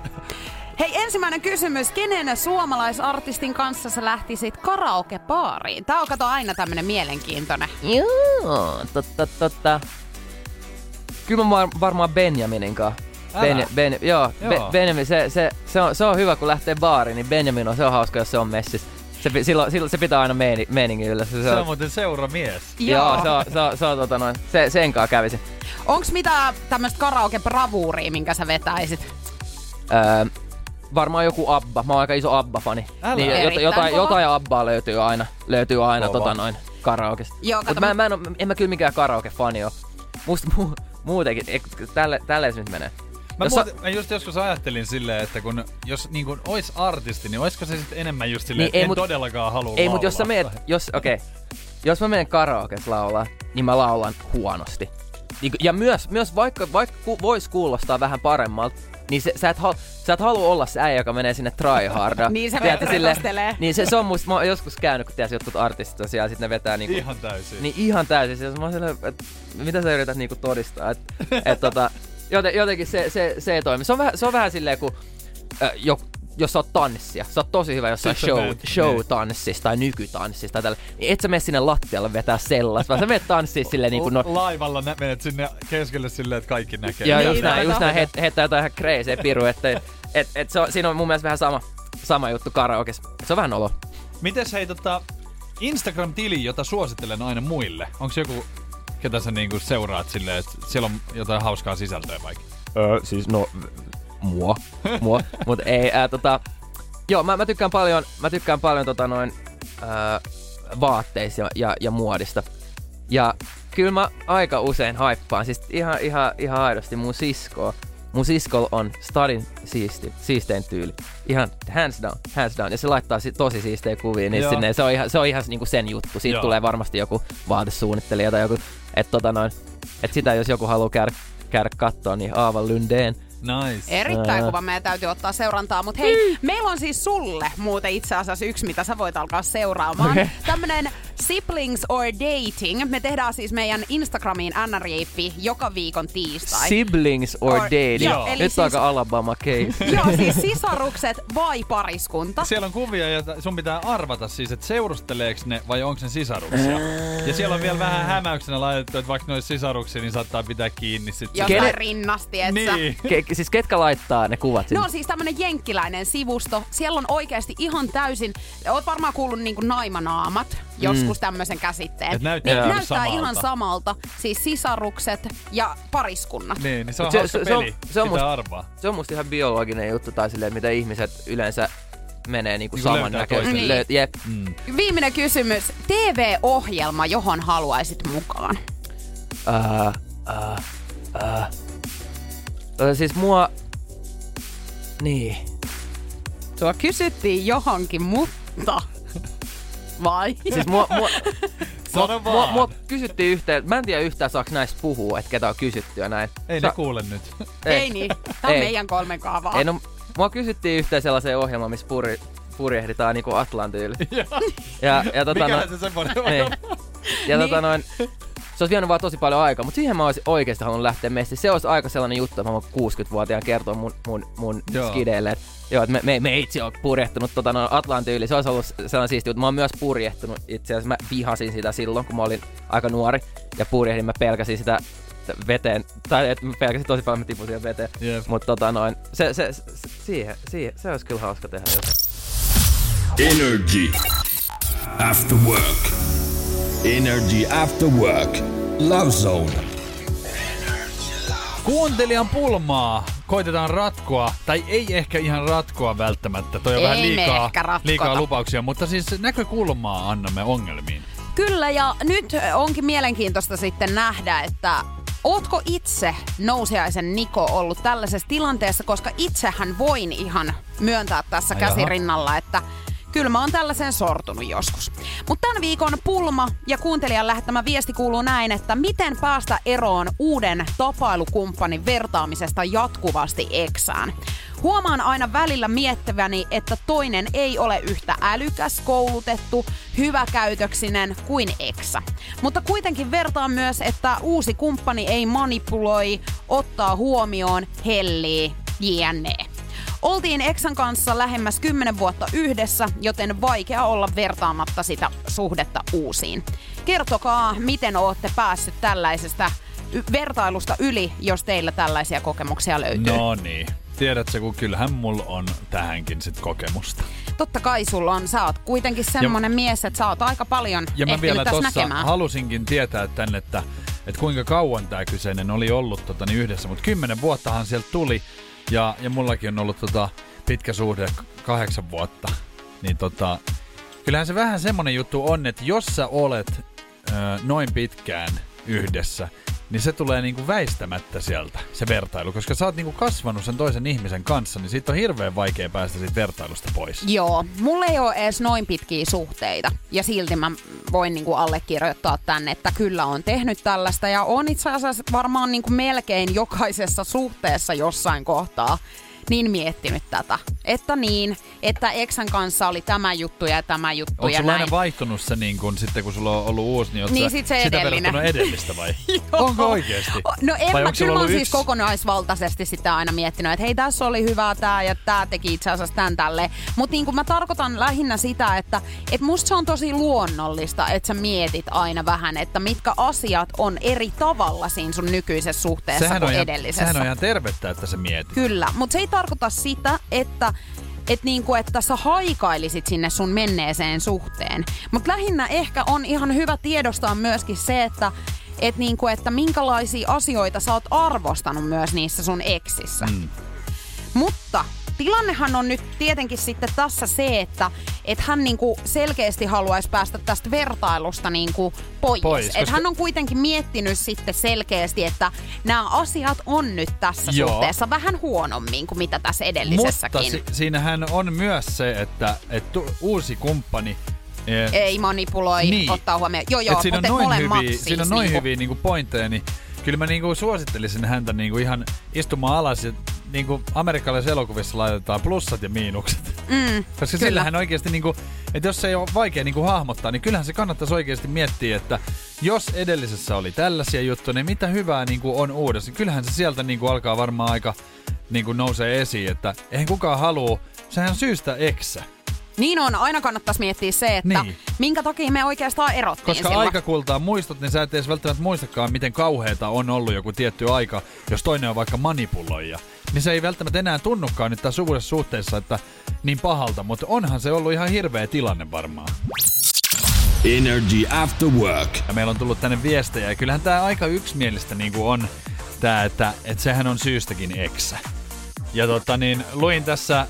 Hei, ensimmäinen kysymys. Kenen suomalaisartistin kanssa sä lähtisit karaokebaariin? Tää on kato aina tämmönen mielenkiintoinen. Joo, totta, totta. Kyllä mä var- varmaan Benjaminin kanssa. Älä. Ben, ben, joo, Be, Joo. Benjamin, se, se, se, on, se on hyvä, kun lähtee baariin, niin Benjamin on, se on hauska, jos se on messissä. Se, pi- silloin, silloin se pitää aina meini, meiningin yllä. Se, se, Se on on, muuten seuramies. joo, se on, se on, se on tota noin, se, sen kanssa kävisin. Onks mitään tämmöstä karaoke-bravuuria, minkä sä vetäisit? Öö, varmaan joku Abba, mä oon aika iso Abba-fani. Älä. Niin, jot, Erittäin jotain, kova. jotain Abbaa löytyy aina, löytyy aina Kova. tota noin karaokesta. Joo, Mut kato, mä, mä- mä en, oo, en mä kyllä mikään karaoke-fani oo. Musta mu, muutenkin, ek, tälle, tälle se nyt menee. Mä, Jos muuten, mä just joskus ajattelin silleen, että kun jos niin kun ois artisti, niin oisko se sitten enemmän just silleen, Niin, että ei, en mut- todellakaan halua Ei, laulaa. mut jos sä meet, jos, okei, okay. Jos mä menen karaoket laulaa, niin mä laulan huonosti. Niin, ja myös, myös vaikka, vaikka ku, vois kuulostaa vähän paremmalta, niin se, sä, et hal, sä et halua olla se äijä, joka menee sinne tryhardaan. Niin se Tiedätkö, silleen- retostelee. Niin se, se on musta, mä oon joskus käynyt, kun tiedät, jotkut artistit on siellä, sit ne vetää niinku... Ihan täysin. Niin ihan täysin. Siis mä oon silleen, että mitä sä yrität niinku todistaa, että et, tota, joten, jotenkin se, se, se ei toimi. Se on vähän, se on vähän silleen, kun äh, jo, jos sä oot tanssia, sä oot tosi hyvä jossain Sit sä show, menet, show-tanssissa tai nykytanssissa tai tällä, niin et sä mene sinne lattialle vetää sellaista, vaan sä menet tanssiin silleen niinku no... Laivalla nä- menet sinne keskelle silleen, että kaikki näkee. Ja Niin, just näin, totta. just näin, het, heittää jotain ihan crazy piru, että et, et se on, siinä on mun mielestä vähän sama, sama juttu karaokes. Se on vähän olo. Mites hei tota, Instagram-tili, jota suosittelen aina muille, onko joku, ketä sä niinku seuraat silleen, että siellä on jotain hauskaa sisältöä vaikka? Öö, siis no, mua, mua, mut ei, ää, tota, joo, mä, mä tykkään paljon, mä tykkään paljon tota noin, ää, vaatteista ja, ja, ja muodista. Ja kyllä mä aika usein haippaan, siis ihan, ihan, ihan aidosti mun siskoa. mun siskolla on stadin siisti, siistein tyyli. Ihan hands down, hands down. Ja se laittaa si- tosi siistejä kuvia niin sinne. Se on ihan, se on ihan niinku sen juttu. Siitä Joo. tulee varmasti joku vaatesuunnittelija tai joku. Että tota noin, et sitä jos joku haluaa käydä, käydä kattoa, niin Aava Lundeen. Nice. Erittäin kuva, meidän täytyy ottaa seurantaa. Mutta hei, mm. meillä on siis sulle muuten itse asiassa yksi, mitä sä voit alkaa seuraamaan. Okay. Tämmönen Siblings or Dating. Me tehdään siis meidän Instagramiin N R J F joka viikon tiistai. Siblings or, or Dating. Joo, Nyt siis, aika Alabama case. Joo, siis sisarukset vai pariskunta. Siellä on kuvia ja sun pitää arvata siis, että seurusteleeko ne vai onko ne sisaruksia. Ja siellä on vielä vähän hämäyksenä laitettu, että vaikka ne olisi sisaruksia, niin saattaa pitää kiinni sit. Jostain Kene... rinnasti, etsä. Niin. Ke- siis ketkä laittaa ne kuvat sinne? No on siis tämmönen jenkkiläinen sivusto. Siellä on oikeasti ihan täysin, oot varmaan kuullut niinku naimanaamat, joskus mm. tämmöisen käsitteen. Et näyttää, niin, ihan, näyttää samalta. ihan samalta. Siis sisarukset ja pariskunnat. Niin, niin se on se, hauska se, peli. Se on, Pitää musta, arvaa. se on musta ihan biologinen juttu tai silleen, mitä ihmiset yleensä menee niinku niin samannäköisesti. Niin. Lö- Jep. Mm. Viimeinen kysymys. T V-ohjelma, johon haluaisit mukaan? Uh, uh, uh. Uh, siis mua... Niin. Sua kysyttiin johonkin, mutta... Vai? Siis mua... mua Sano mua, mua, mua kysyttiin yhteen... Mä en tiedä yhtään saaks näistä puhua, että ketä on kysytty ja näin. Ei Sa- ne kuule nyt. Ei, ei niin. Tää on ei. meidän kolmen kaavaa. Ei, no, mua kysyttiin yhteen sellaiseen ohjelmaan, missä puri, purjehditaan niinku Atlan tyyli. ja, ja tota Mikähän no, se semmoinen on? niin. Ja Niin. tota noin... Se olisi vienyt vaan tosi paljon aikaa, mutta siihen mä olisin oikeasti halunnut lähteä messiin. Se olisi aika sellainen juttu, että mä voin kuusikymmentävuotiaan kertoa mun, mun, mun skideille, että joo, että me, me, me itse on purjehtunut tota, no, Atlan tyyli. Se olisi ollut sellainen siisti juttu. Mä oon myös purjehtunut itse asiassa. Mä vihasin sitä silloin, kun mä olin aika nuori. Ja purjehdin, mä pelkäsin sitä veteen. Tai että mä pelkäsin tosi paljon, mä tipun siihen veteen. Yep. Mutta tota noin, se, se, se, siihen, siihen, se olisi kyllä hauska tehdä jotain. Energy After Work. Energy After Work. Love Zone. Kuuntelijan pulmaa koitetaan ratkoa, tai ei ehkä ihan ratkoa välttämättä. Toi on Ei vähän me liikaa, ehkä ratkota. liikaa lupauksia, mutta siis näkökulmaa annamme ongelmiin. Kyllä, ja nyt onkin mielenkiintoista sitten nähdä, että ootko itse Nousiaisen Niko ollut tällaisessa tilanteessa, koska itsehän voin ihan myöntää tässä Ai käsirinnalla, että kyllä mä oon tällaiseen sortunut joskus. Mutta tämän viikon pulma ja kuuntelijan lähettämä viesti kuuluu näin, että miten päästä eroon uuden tapailukumppanin vertaamisesta jatkuvasti eksään. Huomaan aina välillä miettiväni, että toinen ei ole yhtä älykäs, koulutettu, hyväkäytöksinen kuin eksä. Mutta kuitenkin vertaan myös, että uusi kumppani ei manipuloi, ottaa huomioon, hellii, jne. Oltiin eksän kanssa lähemmäs kymmenen vuotta yhdessä, joten vaikea olla vertaamatta sitä suhdetta uusiin. Kertokaa, miten ootte päässyt tällaisesta y- vertailusta yli, jos teillä tällaisia kokemuksia löytyy. No niin. Tiedätkö, kun kyllähän mulla on tähänkin sit kokemusta. Totta kai sulla on. Sä oot kuitenkin semmonen ja, mies, että sä oot aika paljon ja mä vielä tässä tossa näkemään. halusinkin tietää tänne, että, että kuinka kauan tää kyseinen oli ollut tota, niin yhdessä. Mutta kymmenen vuottahan sieltä tuli. Ja, ja mullakin on ollut tota, pitkä suhde, kahdeksan vuotta. Niin tota, kyllähän se vähän semmonen juttu on, että jos sä olet ö, noin pitkään yhdessä, niin se tulee niinku väistämättä sieltä, se vertailu. Koska sä oot niinku kasvanut sen toisen ihmisen kanssa, niin siitä on hirveän vaikea päästä siitä vertailusta pois. Joo, mulla ei ole edes noin pitkiä suhteita. Ja silti mä voin niinku allekirjoittaa tänne, että kyllä on tehnyt tällaista. Ja on itse asiassa varmaan niinku melkein jokaisessa suhteessa jossain kohtaa niin miettinyt tätä. Että niin, että eksän kanssa oli tämä juttu ja tämä juttu Onko ja sulla näin. aina vaihtunut se niin kun sitten kun sulla on ollut uusi, niin, Niin sä sit se sitä edellinen. verrattuna edellistä vai? Joo. Onko oikeesti? No en vai mä, onko kyllä sulla mä oon ollut siis yksi? kokonaisvaltaisesti sitten aina miettinyt, että hei tässä oli hyvää tää ja tää teki itse asiassa tän tälleen. Mut niin kuin mä tarkoitan lähinnä sitä, että et musta se on tosi luonnollista, että sä mietit aina vähän, että mitkä asiat on eri tavalla siinä sun nykyisessä suhteessa Sehän kuin on ihan, edellisessä. sehän on ihan tervettä, että sä mietit. Kyllä, mutta se ei tarkoita sitä, että et niinku, että sä haikailisit sinne sun menneeseen suhteen. Mutta lähinnä ehkä on ihan hyvä tiedostaa myöskin se, että et niinku, että minkälaisia asioita sä oot arvostanut myös niissä sun eksissä. Mm. Mutta tilannehan on nyt tietenkin sitten tässä se, että et hän niinku selkeästi haluaisi päästä tästä vertailusta niinku pois. pois koska... Et hän on kuitenkin miettinyt sitten selkeästi, että nämä asiat on nyt tässä Joo. suhteessa vähän huonommin kuin mitä tässä edellisessäkin. Mutta si- siinähän on myös se, että et tu- uusi kumppani Et, ei manipuloi, niin. ottaa huomioon. Joo, joo, siinä mutta on noin molemmat hyviä, siis. Siinä on noin niinku... hyviä niinku pointteja, niin kyllä mä niinku suosittelisin häntä niinku ihan istumaan alas ja niinku amerikkalaisissa elokuvissa laitetaan plussat ja miinukset. Mm, Koska sillähän oikeasti, niinku, että jos se ei ole vaikea niinku hahmottaa, niin kyllähän se kannattaisi oikeasti miettiä, että jos edellisessä oli tällaisia juttuja, niin mitä hyvää niinku on uudessa. Kyllähän se sieltä niinku alkaa varmaan aika niinku nousee esiin, että eihän kukaan halua, sehän on syystä eksä. Niin on, aina kannattaisi miettiä se, että niin. minkä takia me oikeastaan erottiin Koska silloin. aika kultaa muistot, niin sä et edes välttämättä muistakaan, miten kauheeta on ollut joku tietty aika, jos toinen on vaikka manipuloija. Niin se ei välttämättä enää tunnukaan nyt tässä uudessa suhteessa, että niin pahalta, mutta onhan se ollut ihan hirveä tilanne varmaan. Energy After Work. Ja meillä on tullut tänne viestejä, ja kyllähän tää aika yksimielistä niin kuin on tää, että, että sehän on syystäkin eksä. Ja tota niin, luin tässä...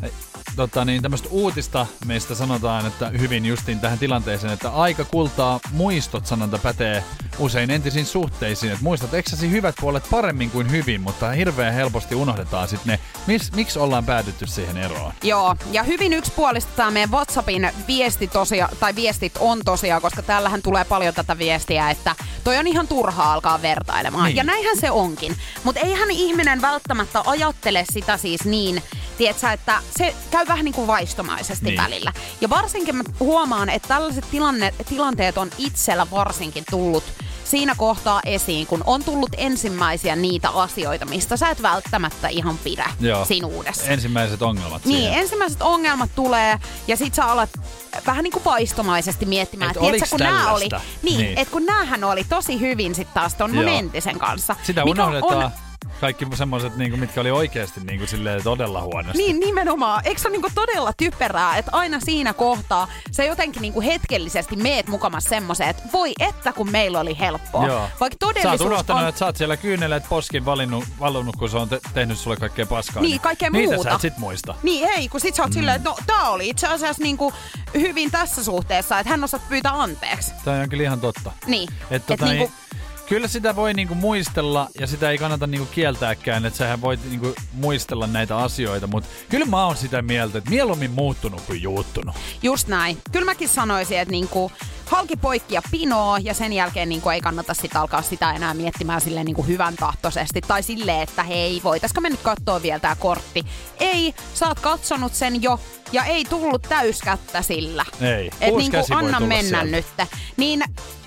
Tota niin, tämmöistä uutista meistä sanotaan, että hyvin justiin tähän tilanteeseen, että aika kultaa muistot sanonta pätee usein entisiin suhteisiin. Että muistat eksäsi hyvät puolet paremmin kuin hyvin, mutta hirveän helposti unohdetaan sitten ne. Mis, miksi ollaan päädytty siihen eroon? Joo, ja hyvin yksipuolista tämä meidän WhatsAppin viesti tosia, tai viestit on tosiaan, koska täällähän tulee paljon tätä viestiä, että toi on ihan turhaa alkaa vertailemaan. Niin. Ja näinhän se onkin. Mutta eihän ihminen välttämättä ajattele sitä siis niin, tietsä, että se käy vähän niin kuin vaistomaisesti niin. välillä. Ja varsinkin mä huomaan, että tällaiset tilanne, tilanteet on itsellä varsinkin tullut siinä kohtaa esiin, kun on tullut ensimmäisiä niitä asioita, mistä sä et välttämättä ihan pidä Joo. sinuudessa. Ensimmäiset ongelmat Niin, siihen. ensimmäiset ongelmat tulee ja sit sä alat vähän niin kuin vaistomaisesti miettimään, että tiedätkö, kun nää oli, niin, niin. että kun näähän oli tosi hyvin sit taas ton mun entisen kanssa. Sitä unohdetaan. On, kaikki semmoiset, niinku, mitkä oli oikeasti niinku, silleen, todella huonosti. Niin, nimenomaan. Eikö se ole niinku todella typerää, että aina siinä kohtaa sä jotenkin niinku hetkellisesti meet mukamas semmoiseen, että voi että kun meillä oli helppoa. Joo. Vaikka todellisuus sä oot unohtanut, on... että sä oot siellä kyyneleet poskin valinnut, valinnut, kun se on te- tehnyt sulle kaikkea paskaa. Niin, kaikkea niitä muuta. Niitä sä et sit muista. Niin, ei, kun sit sä oot mm. silleen, että no tää oli itse asiassa niinku hyvin tässä suhteessa, että hän osaat pyytää anteeksi. Tää on kyllä ihan totta. Niin. Että et tota, niinku... Kyllä sitä voi niinku muistella ja sitä ei kannata niinku kieltääkään, että sähän voit niinku muistella näitä asioita, mutta kyllä mä oon sitä mieltä, että mieluummin muuttunut kuin juuttunut. Just näin. Kyllä mäkin sanoisin, että niinku halki poikki ja pinoo ja sen jälkeen niinku ei kannata sit alkaa sitä enää miettimään silleen niinku hyvän tahtoisesti tai silleen, että hei, voitaisko me nyt katsoa vielä tää kortti. Ei, sä oot katsonut sen jo ja ei tullut täyskättä sillä. Ei, et niinku anna mennä sieltä. nyt. Niin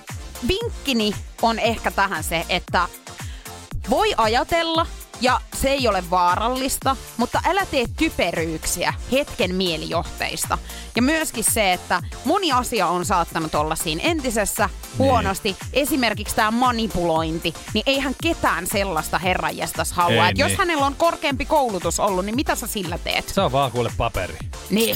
vinkkini on ehkä tähän se, että voi ajatella, ja se ei ole vaarallista, mutta älä tee typeryyksiä hetken mielijohteista. Ja myöskin se, että moni asia on saattanut olla siinä entisessä huonosti. Niin. Esimerkiksi tämä manipulointi, niin eihän ketään sellaista herranjestas halua. Ei, Et niin. Jos hänellä on korkeampi koulutus ollut, niin mitä sä sillä teet? Se on vaan kuule paperi. Niin.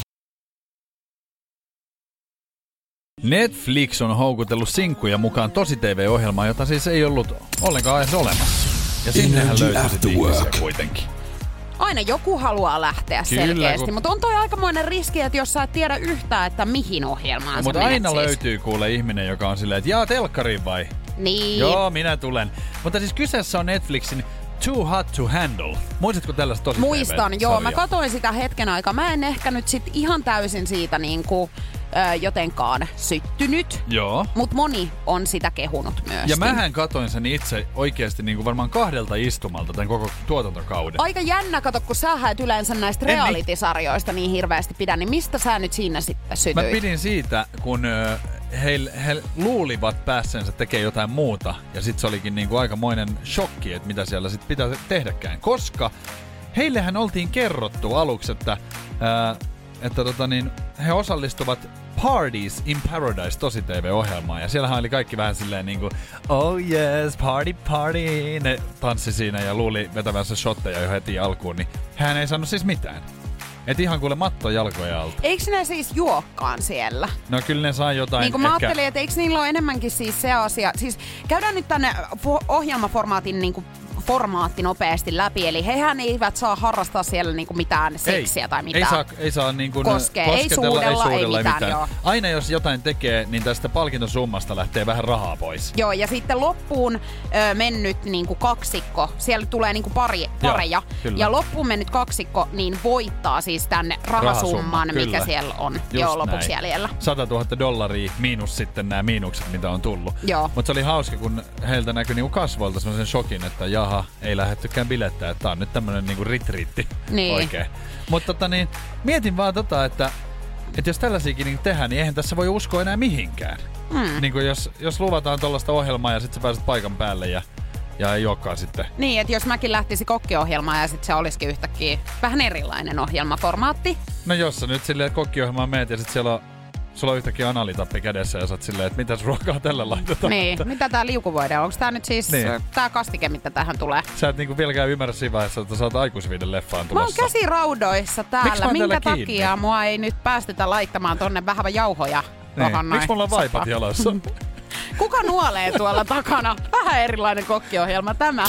Netflix on houkutellut sinkkuja mukaan Tosi T V-ohjelmaan, jota siis ei ollut ollenkaan edes olemassa. Ja sinnehän löytyi sitten ihmisiä kuitenkin. Aina joku haluaa lähteä Kyllä, selkeästi, kun... mutta on toi aikamoinen riski, että jos sä et tiedä yhtään, että mihin ohjelmaan no, sä mutta menet aina siis. löytyy kuule ihminen, joka on silleen, että jaa telkkariin vai? Niin. Joo, minä tulen. Mutta siis kyseessä on Netflixin Too Hot to Handle. Muistatko tällaista Tosi T V-sarjaa? Muistan, joo. Mä katoin sitä hetken aikaa. Mä en ehkä nyt sit ihan täysin siitä niinku... jotenkaan syttynyt, Joo. Mut moni on sitä kehunut myös. Ja mähän katoin sen itse oikeasti niin kuin varmaan kahdelta istumalta tämän koko tuotantokauden. Aika jännä, kato, kun sä et yleensä näistä reality-sarjoista niin hirveästi pidä, niin mistä sä nyt siinä sitten sytyit? Mä pidin siitä, kun he, he luulivat päässeensä tekemään jotain muuta, ja sit se olikin niin kuin aikamoinen shokki, että mitä siellä sit pitää tehdäkään, koska heillehän oltiin kerrottu aluksi, että, ää, että tota niin, he osallistuvat Parties in Paradise Tosi T V-ohjelmaan. Ja siellähän oli kaikki vähän silleen niinku, oh yes, party party. Ne tanssi siinä ja luuli vetävänsä shotteja jo heti alkuun, niin hän ei saanut siis mitään. Et ihan kuule matto jalkoja alta. Eikö ne siis juokkaan siellä? No kyllä ne saa jotain. Niin kuin mä ehkä... ajattelin, että eikö niillä ole enemmänkin siis se asia. Siis käydään nyt tänne ohjelmaformaatin niinku formaatti nopeasti läpi. Eli hehän eivät saa harrastaa siellä niinku mitään seksiä ei, tai mitään. Ei saa, ei saa niinku Koskee, ei kosketella, suudella, ei, suudella, ei mitään. Joo. Aina jos jotain tekee, niin tästä palkintosummasta lähtee vähän rahaa pois. Joo, ja sitten loppuun ö, mennyt niinku kaksikko, siellä tulee niinku pari, pareja, Joo, ja loppuun mennyt kaksikko, niin voittaa siis tämän rahasumman, Rahasumma, mikä kyllä. siellä on Just jo lopuksi näin. jäljellä. sata tuhatta dollaria miinus sitten nämä miinukset, mitä on tullut. Joo. Mutta se oli hauska, kun heiltä näkyi niinku kasvoilta semmoisen shokin, että jaha, ei lähdettykään bilettää, että tää on nyt tämmönen niinku ritriitti Niin. oikein. Mutta tota niin, mietin vaan tota, että, että jos tällaisiakin niin tehdään, niin eihän tässä voi uskoa enää mihinkään. Mm. Niin kuin jos, jos luvataan tollaista ohjelmaa ja sit sä pääset paikan päälle ja, ja ei olekaan sitten. Niin, että jos mäkin lähtisin kokkiohjelmaan ja sitten se olisikin yhtäkkiä vähän erilainen ohjelmaformaatti. No jos sä nyt silleen kokkiohjelmaan meet ja sit siellä on, sulla on yhtäkkiä analitappi kädessä ja sä oot silleen, että mitäs ruokaa tällä laitetaan. Niin, mitä tää liukuvoide on? Onko tää nyt siis Niin. tää kastike, mitä tähän tulee? Sä et niinku vieläkään ymmärrä siinä vaiheessa, että sä oot aikuisviiden leffaan Mä oon tulossa. käsiraudoissa Miksi täällä. mä oon Minkä täällä takia kiinni? mua ei nyt päästetä laittamaan tonne vähän jauhoja? Niin. Tohon noin Miksi mulla on vaipat sopaan? jalassa? Kuka nuolee tuolla takana? Vähän erilainen kokkiohjelma tämä.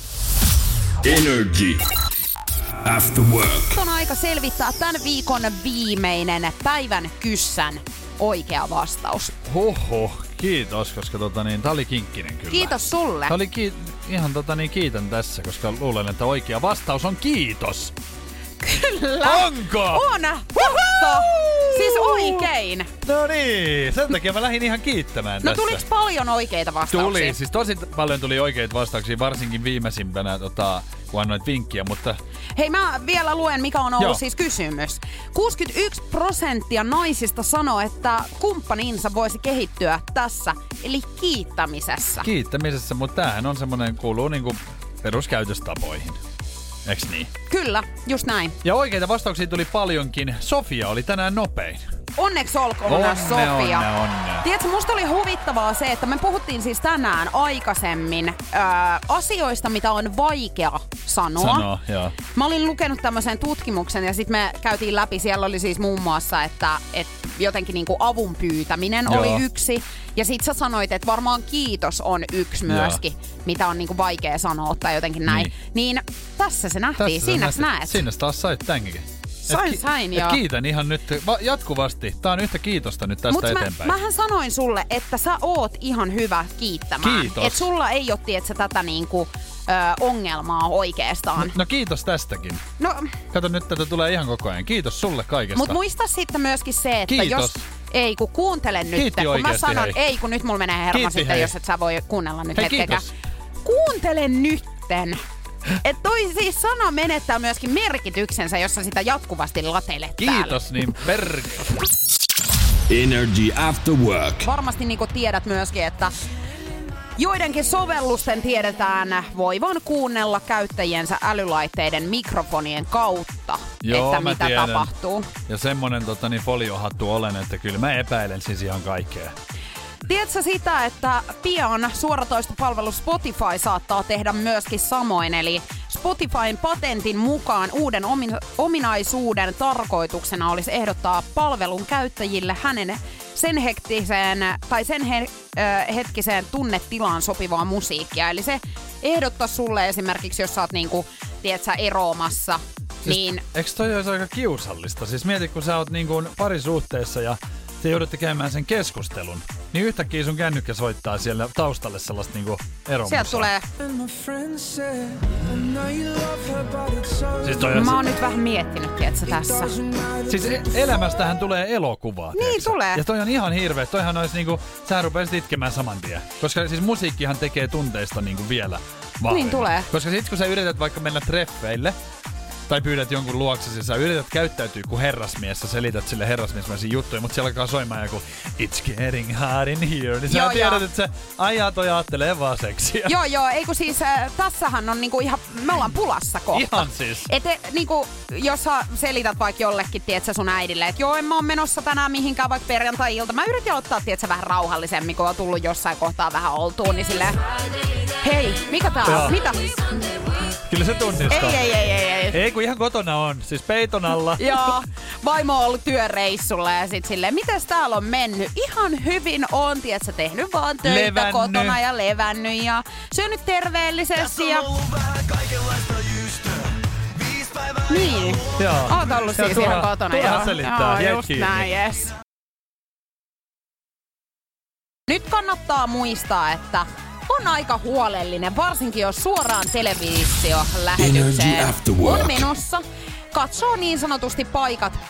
Energy After Work. On aika selvittää tämän viikon viimeinen päivän kyssän oikea vastaus. Huhhuh, kiitos, koska tota niin, tää oli kinkkinen kyllä. Kiitos sulle. Tää oli ki- ihan tota niin, kiitän tässä, koska luulen, että oikea vastaus on kiitos. Kyllä. Onko? On! Totta! Siis oikein. No niin, sen takia mä lähdin ihan kiittämään No tässä. tuliks paljon oikeita vastauksia? Tuli, siis tosi paljon tuli oikeita vastauksia, varsinkin viimeisimpänä, tota, kun annoit vinkkiä, mutta Hei, mä vielä luen, mikä on ollut Joo. siis kysymys. kuusikymmentäyksi prosenttia naisista sanoo, että kumppaninsa voisi kehittyä tässä, eli kiittämisessä. kiittämisessä, mutta tämähän on semmonen, kuuluu niinku peruskäytöstapoihin. Eiks niin? Kyllä, just näin. Ja oikeita vastauksia tuli paljonkin. Sofia oli tänään nopein. Onneksi olkoon Onne, Sofia. onne, onne. Tiedätkö, musta oli huvittavaa se, että me puhuttiin siis tänään aikaisemmin ää, asioista, mitä on vaikea sanoa. Sanoo, joo. Mä olin lukenut tämmöisen tutkimuksen ja sitten me käytiin läpi. Siellä oli siis muun muassa, että, että jotenkin niinku avun pyytäminen Joo. oli yksi. Ja sit sä sanoit, että varmaan kiitos on yksi Joo. myöskin, mitä on niinku vaikea sanoa tai jotenkin näin. Niin. Niin tässä se nähtiin. Tässä Siinä sä sä näet. Sinne taas sait tämänkin. Sain, Et sain, et joo. kiitän ihan nyt va- jatkuvasti. Tää on yhtä kiitosta nyt tästä Mut mä, eteenpäin. mähän sanoin sulle, että sä oot ihan hyvä kiittämään. Kiitos. Et sulla ei oo, tietsä, tätä niinku, ö, ongelmaa oikeestaan. No kiitos tästäkin. No, Kato, nyt tätä tulee ihan koko ajan. Kiitos sulle kaikesta. mut muista sitten myöskin se, että Kiitos. jos... Ei, kun kuuntele nyt. Kiitti kun mä oikeesti, sanon, hei. ei, kun nyt mulla menee hermo Kiitti, sitten, hei. jos et sä voi kuunnella nyt Hei, hetkeäkään. kiitos. Kuuntele nytten. Että toi siis sana menettää myöskin merkityksensä, jos sä sitä jatkuvasti latelet täällä. Kiitos niin perkele. Energy After Work. Varmasti niin kuin tiedät myöskin, että joidenkin sovellusten tiedetään voivan kuunnella käyttäjiensä älylaitteiden mikrofonien kautta, Joo, että mä mitä tiedän. tapahtuu. Ja semmonen tota, niin foliohattu olen, että kyllä mä epäilen siis ihan kaikkea. Tiedätkö sitä, että pian suoratoistopalvelu Spotify saattaa tehdä myöskin samoin, eli Spotifyn patentin mukaan uuden omin- ominaisuuden tarkoituksena olisi ehdottaa palvelun käyttäjille hänen sen hetkiseen, tai sen he, ö, hetkiseen tunnetilaan sopivaa musiikkia. Eli se ehdottaa sulle esimerkiksi, jos sä oot niinku, tiedätkö, eroamassa, Siis, niin Eikö toi olisi aika kiusallista? Siis mieti, kun sä oot niin kuin parisuhteessa ja te joudutte käymään sen keskustelun, niin yhtäkkiä sun kännykkä soittaa siellä taustalle sellaista niinku eromusaa. sieltä tulee... Siis, toi on Mä se, oon nyt vähän miettinyt, tiedätkö, tässä. siis e- elämästähän tulee elokuvaa. Niin tiedätkö sä? tulee. Ja toi on ihan hirveä. Toihan olisi niinku, sä rupeaisit itkemään saman tien. Koska siis musiikkihan tekee tunteista niinku vielä vahvemmin. Niin tulee. Koska sit kun sä yrität vaikka mennä treffeille, tai pyydät jonkun luoksesi, sä yrität käyttäytyä kuin herrasmies, sä selität sille herrasmiesmäisiä juttuja, mutta siellä alkaa soimaan joku It's getting hot in here, niin sä Joo, tiedät, joo. että se ajaa toi ajattelee vaan seksiä. Joo, joo, ei kun siis äh, tässähän on niinku ihan, me ollaan pulassa kohta. Ihan siis. Et e, niinku, jos sä selität vaikka jollekin, tietsä, sun äidille, että joo, en mä oo menossa tänään mihinkään vaikka perjantai-ilta. Mä yritin ottaa, tietsä, vähän rauhallisemmin, kun on tullut jossain kohtaa vähän oltuun, niin silleen, hei, mikä tää on? Joo. Mitä? Kyllä se tunnistaa. Ei, ei, ei, ei, ei. Ei, kun ihan kotona on. Siis peiton alla. Joo, vaimo on ollut työreissulla ja sit silleen, mites täällä on mennyt? Ihan hyvin on, tietsä, tehnyt vaan töitä Levännyt. kotona ja levännyt ja syönyt terveellisesti ja... Niin. Joo. Oot ollut Ja siis turha- ihan kotona. turha joo. selittää, Joo, jäi just kiinni. näin, yes. Nyt kannattaa muistaa, että on aika huolellinen, varsinkin jos suoraan televisiolähetykseen Energy After Work. on menossa. Katsoo niin sanotusti paikat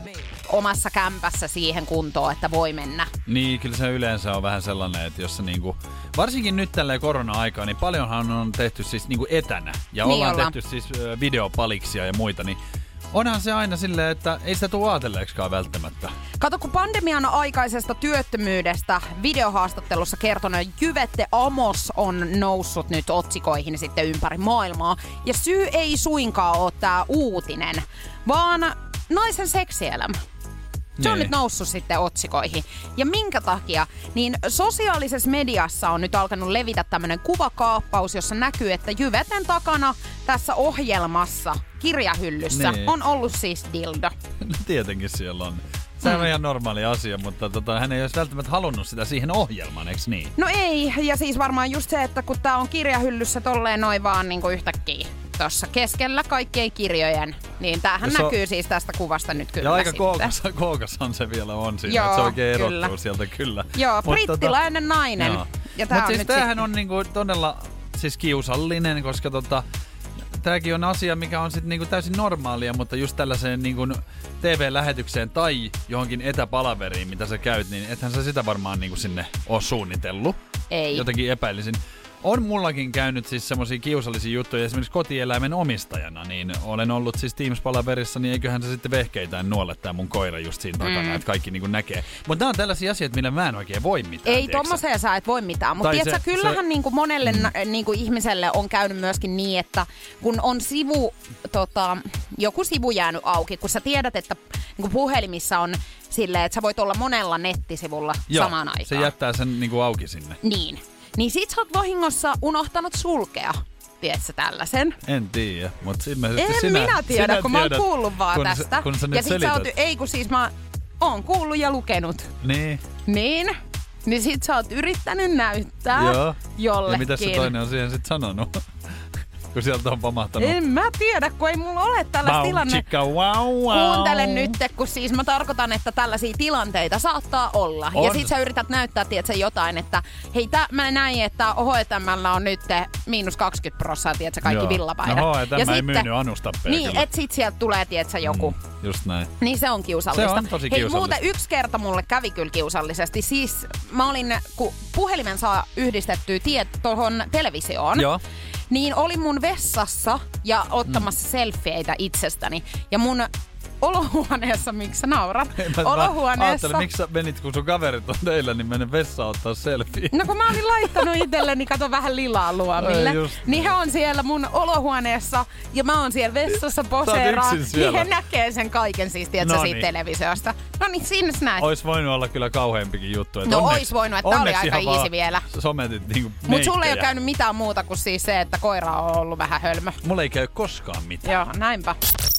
omassa kämpässä siihen kuntoon, että voi mennä. Niin, kyllä se yleensä on vähän sellainen, että jos se niinku, varsinkin nyt tälleen korona-aikaa, niin paljonhan on tehty siis niinku etänä. Ja Niin ollaan ollaan. tehty siis ö, videopaliksia ja muita, niin onhan se aina silleen, että ei sitä tule ajatelleeksikaan välttämättä. Kato, kun pandemian aikaisesta työttömyydestä videohaastattelussa kertonut Jyvette Amos on noussut nyt otsikoihin sitten ympäri maailmaa. Ja syy ei suinkaan ole tää uutinen, vaan naisen seksielämä. Se on Niin. nyt noussut sitten otsikoihin. Ja minkä takia? Niin sosiaalisessa mediassa on nyt alkanut levitä tämmönen kuvakaappaus, jossa näkyy, että Jyveten takana tässä ohjelmassa, kirjahyllyssä, Niin. on ollut siis dildo. No tietenkin siellä on. Se on Mm. ihan normaali asia, mutta tota, hän ei olisi välttämättä halunnut sitä siihen ohjelmaan, eikö niin? No ei, ja siis varmaan just se, että kun tää on kirjahyllyssä tolleen noin vaan niinku yhtäkkiä tossa keskellä kaikkien kirjojen, niin tämähän Ja se on- näkyy siis tästä kuvasta nyt kyllä Ja aika sitten. kookas, kookashan se vielä on siinä, Joo, että se oikein erottuu kyllä. sieltä kyllä. Joo, Mut brittiläinen nainen. Joo. Ja tää Mut on siis nyt tämähän sit- on niinku todella siis kiusallinen, koska tota, tääkin on asia, mikä on sit niinku täysin normaalia, mutta just tällaiseen niinku T V-lähetykseen tai johonkin etäpalaveriin, mitä sä käyt, niin ethän sä sitä varmaan niinku sinne oo suunnitellut. Ei. Jotenkin epäilisin. On mullakin käynyt siis semmosia kiusallisia juttuja esimerkiksi kotieläimen omistajana, niin olen ollut siis Teams-palaverissa, niin eiköhän se sitten vehkeitään nuolle tää mun koira just siinä takana, Mm. että kaikki niinku näkee. Mutta nämä on tällaisia asioita, millä mä en oikein voi mitään. Ei tiedätkö sä? tommoseen sä et voi mitään, mutta Tai tiedätkö, se- kyllähän se- niinku monelle mm. niinku ihmiselle on käynyt myöskin niin, että kun on sivu, tota, joku sivu jäänyt auki, kun sä tiedät, että niinku puhelimissa on silleen, että sä voit olla monella nettisivulla Joo, samaan aikaan. se jättää sen niinku auki sinne. Niin. Niin sit sä oot vahingossa unohtanut sulkea. Tiedätkö tällaisen? En tiedä, mutta ilmeisesti En sinä, minä tiedä, sinä kun mä oon tiedät, kuullut vaan kun tästä. Sä, kun sä nyt ja sit sä selität. oot, ei kun siis mä oon kuullut ja lukenut. Niin, Niin. Niin sit sä oot yrittänyt näyttää joo. jollekin. Ja mitä se toinen on siihen sit sanonut? Kun sieltä on pamahtanut. En mä tiedä, kun ei mulla ole tällaista Wow, tilannetta. chicka, wow, wow. Kuuntele nyt, kun siis mä tarkoitan, että tällaisia tilanteita saattaa olla. On. Ja sit sä yrität näyttää, tiedätkö, jotain, että hei, tää, mä näin, että H and M:llä on nyt miinus kaksikymmentä prosenttia, tiedätkö, kaikki Joo. villapaidat. No H and M ja ei sitten- myynyt anustappia Niin, kyllä. et sit sieltä tulee, tiedätkö, joku. Mm, just näin. Niin se on kiusallista. Se on tosi Hei, kiusallista. muuten yksi kerta mulle kävi kyllä kiusallisesti. Siis mä olin, kun puhelimen saa yhdistettyä tie tuohon televisioon, Joo. niin olin mun vessassa ja ottamassa mm. selfieitä itsestäni. Ja mun olohuoneessa, miksi sä naurat? Mä- mä Olohuoneessa. Ajattelin, miksi sä menit, kun sun kaverit on teillä, niin menen vessaan ottaa selfie. No kun mä olin laittanut itselleni, kato vähän lilaa luomille. Ai just Niin he on siellä mun olohuoneessa ja mä oon siellä vessassa poseeraa. yksin siellä. Niin he näkee sen kaiken siis, tiedätkö, Noniin. siitä televisiosta. No niin, sinne sä näet. Ois voinut olla kyllä kauheampikin juttu. Että No onneksi, ois voinut, että tää oli onneksi aika ihan vaan easy vielä. Sometit niinku Mut sulle ei ole meikkejä. käynyt mitään muuta kuin siis se, että koira on ollut vähän hölmö. Mulle ei käy koskaan mitään. Joo, näinpä.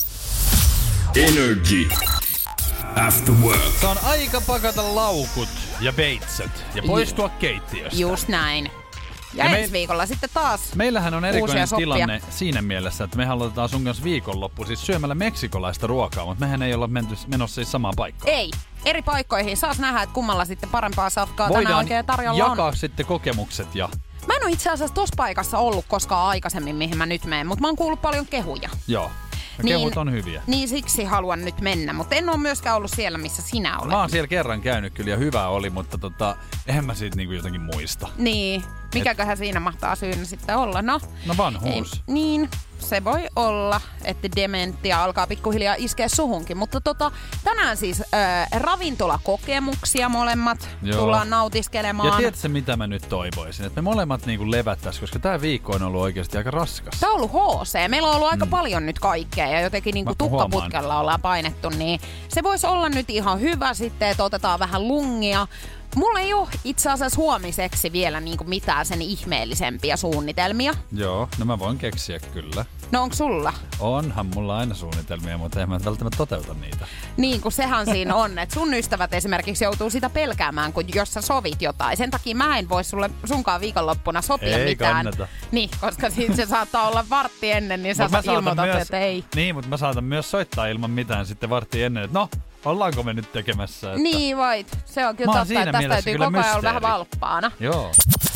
Energy After Work. Se on aika pakata laukut ja veitset ja poistua keittiöstä. Just näin. Ja, Ja ja me- ensi viikolla sitten taas. Meillähän on Uusia erikoinen soppia. tilanne siinä mielessä, että me aloitetaan sun kanssa viikonloppu siis syömällä meksikolaista ruokaa, mutta mehän ei olla menty, menossa siis samaan paikkaan. Ei, eri paikkoihin. Saas nähdä, että kummalla sitten parempaa safkaa tänään Voidaan oikein tarjolla jakaa on. sitten kokemukset ja Mä en ole itse asiassa tossa paikassa ollut koskaan aikaisemmin, mihin mä nyt menen, mutta mä oon kuullut paljon kehuja. joo. Ja Niin- kehut on hyviä. Niin siksi haluan nyt mennä, mutta en ole myöskään ollut siellä, missä sinä olet. Mä oon siellä kerran käynyt kyllä ja hyvä oli, mutta tota, eihän mä siitä niinku jotenkin muista. Niin, mikäköhän siinä mahtaa syynä sitten olla? No, No vanhuus. Ei, niin, se voi olla, että dementia alkaa pikkuhiljaa iskeä suhunkin. Mutta tota, tänään siis äh, ravintolakokemuksia molemmat Joo. tullaan nautiskelemaan. Ja tiedätkö mitä mä nyt toivoisin? Että me molemmat niinku levättäis, koska tää viikko on ollut oikeasti aika raskas. Tämä on ollut H C. Meillä on ollut aika mm. paljon nyt kaikkea ja jotenkin niin kuin Mä huomaan. tukkaputkella ollaan painettu, niin se voisi olla nyt ihan hyvä sitten, että otetaan vähän lungia. Mulla ei ole itse asiassa huomiseksi vielä niinku mitään sen ihmeellisempiä suunnitelmia. Joo, no mä voin keksiä kyllä. No onko sulla? Onhan mulla aina suunnitelmia, mutta en mä välttämättä toteuta niitä. Niin, kun sehän siinä on, että sun ystävät esimerkiksi joutuu sitä pelkäämään, kun jos sä sovit jotain. Sen takia mä en voi sulle sunkaan viikonloppuna sopia ei mitään. Kannata. Niin, koska siitä se saattaa olla vartti ennen, niin sä ilmoitat, myös, että ei. Niin, mutta mä saatan myös soittaa ilman mitään sitten vartti ennen, että no, ollaanko me nyt tekemässä? Että... Niin voit. Se on kyllä mä totta, että tästä täytyy koko ajan olla vähän valppaana. Joo.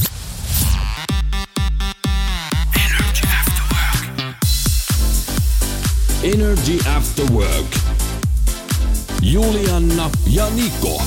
Energy After Work. Julianna ja Niko.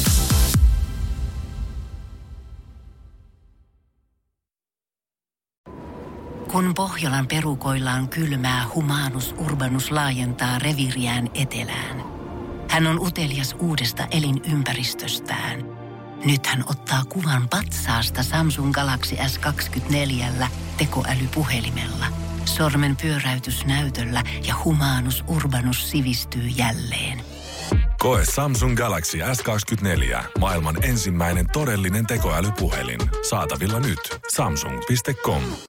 Kun Pohjolan perukoillaan kylmää, Humanus Urbanus laajentaa reviiriään etelään. Hän on utelias uudesta elinympäristöstään. Nyt hän ottaa kuvan patsaasta Samsung Galaxy S kaksikymmentäneljä tekoälypuhelimella. Sormen pyöräytys näytöllä ja Humanus Urbanus sivistyy jälleen. Koe Samsung Galaxy S kaksikymmentäneljä, maailman ensimmäinen todellinen tekoälypuhelin. Saatavilla nyt. Samsung piste com.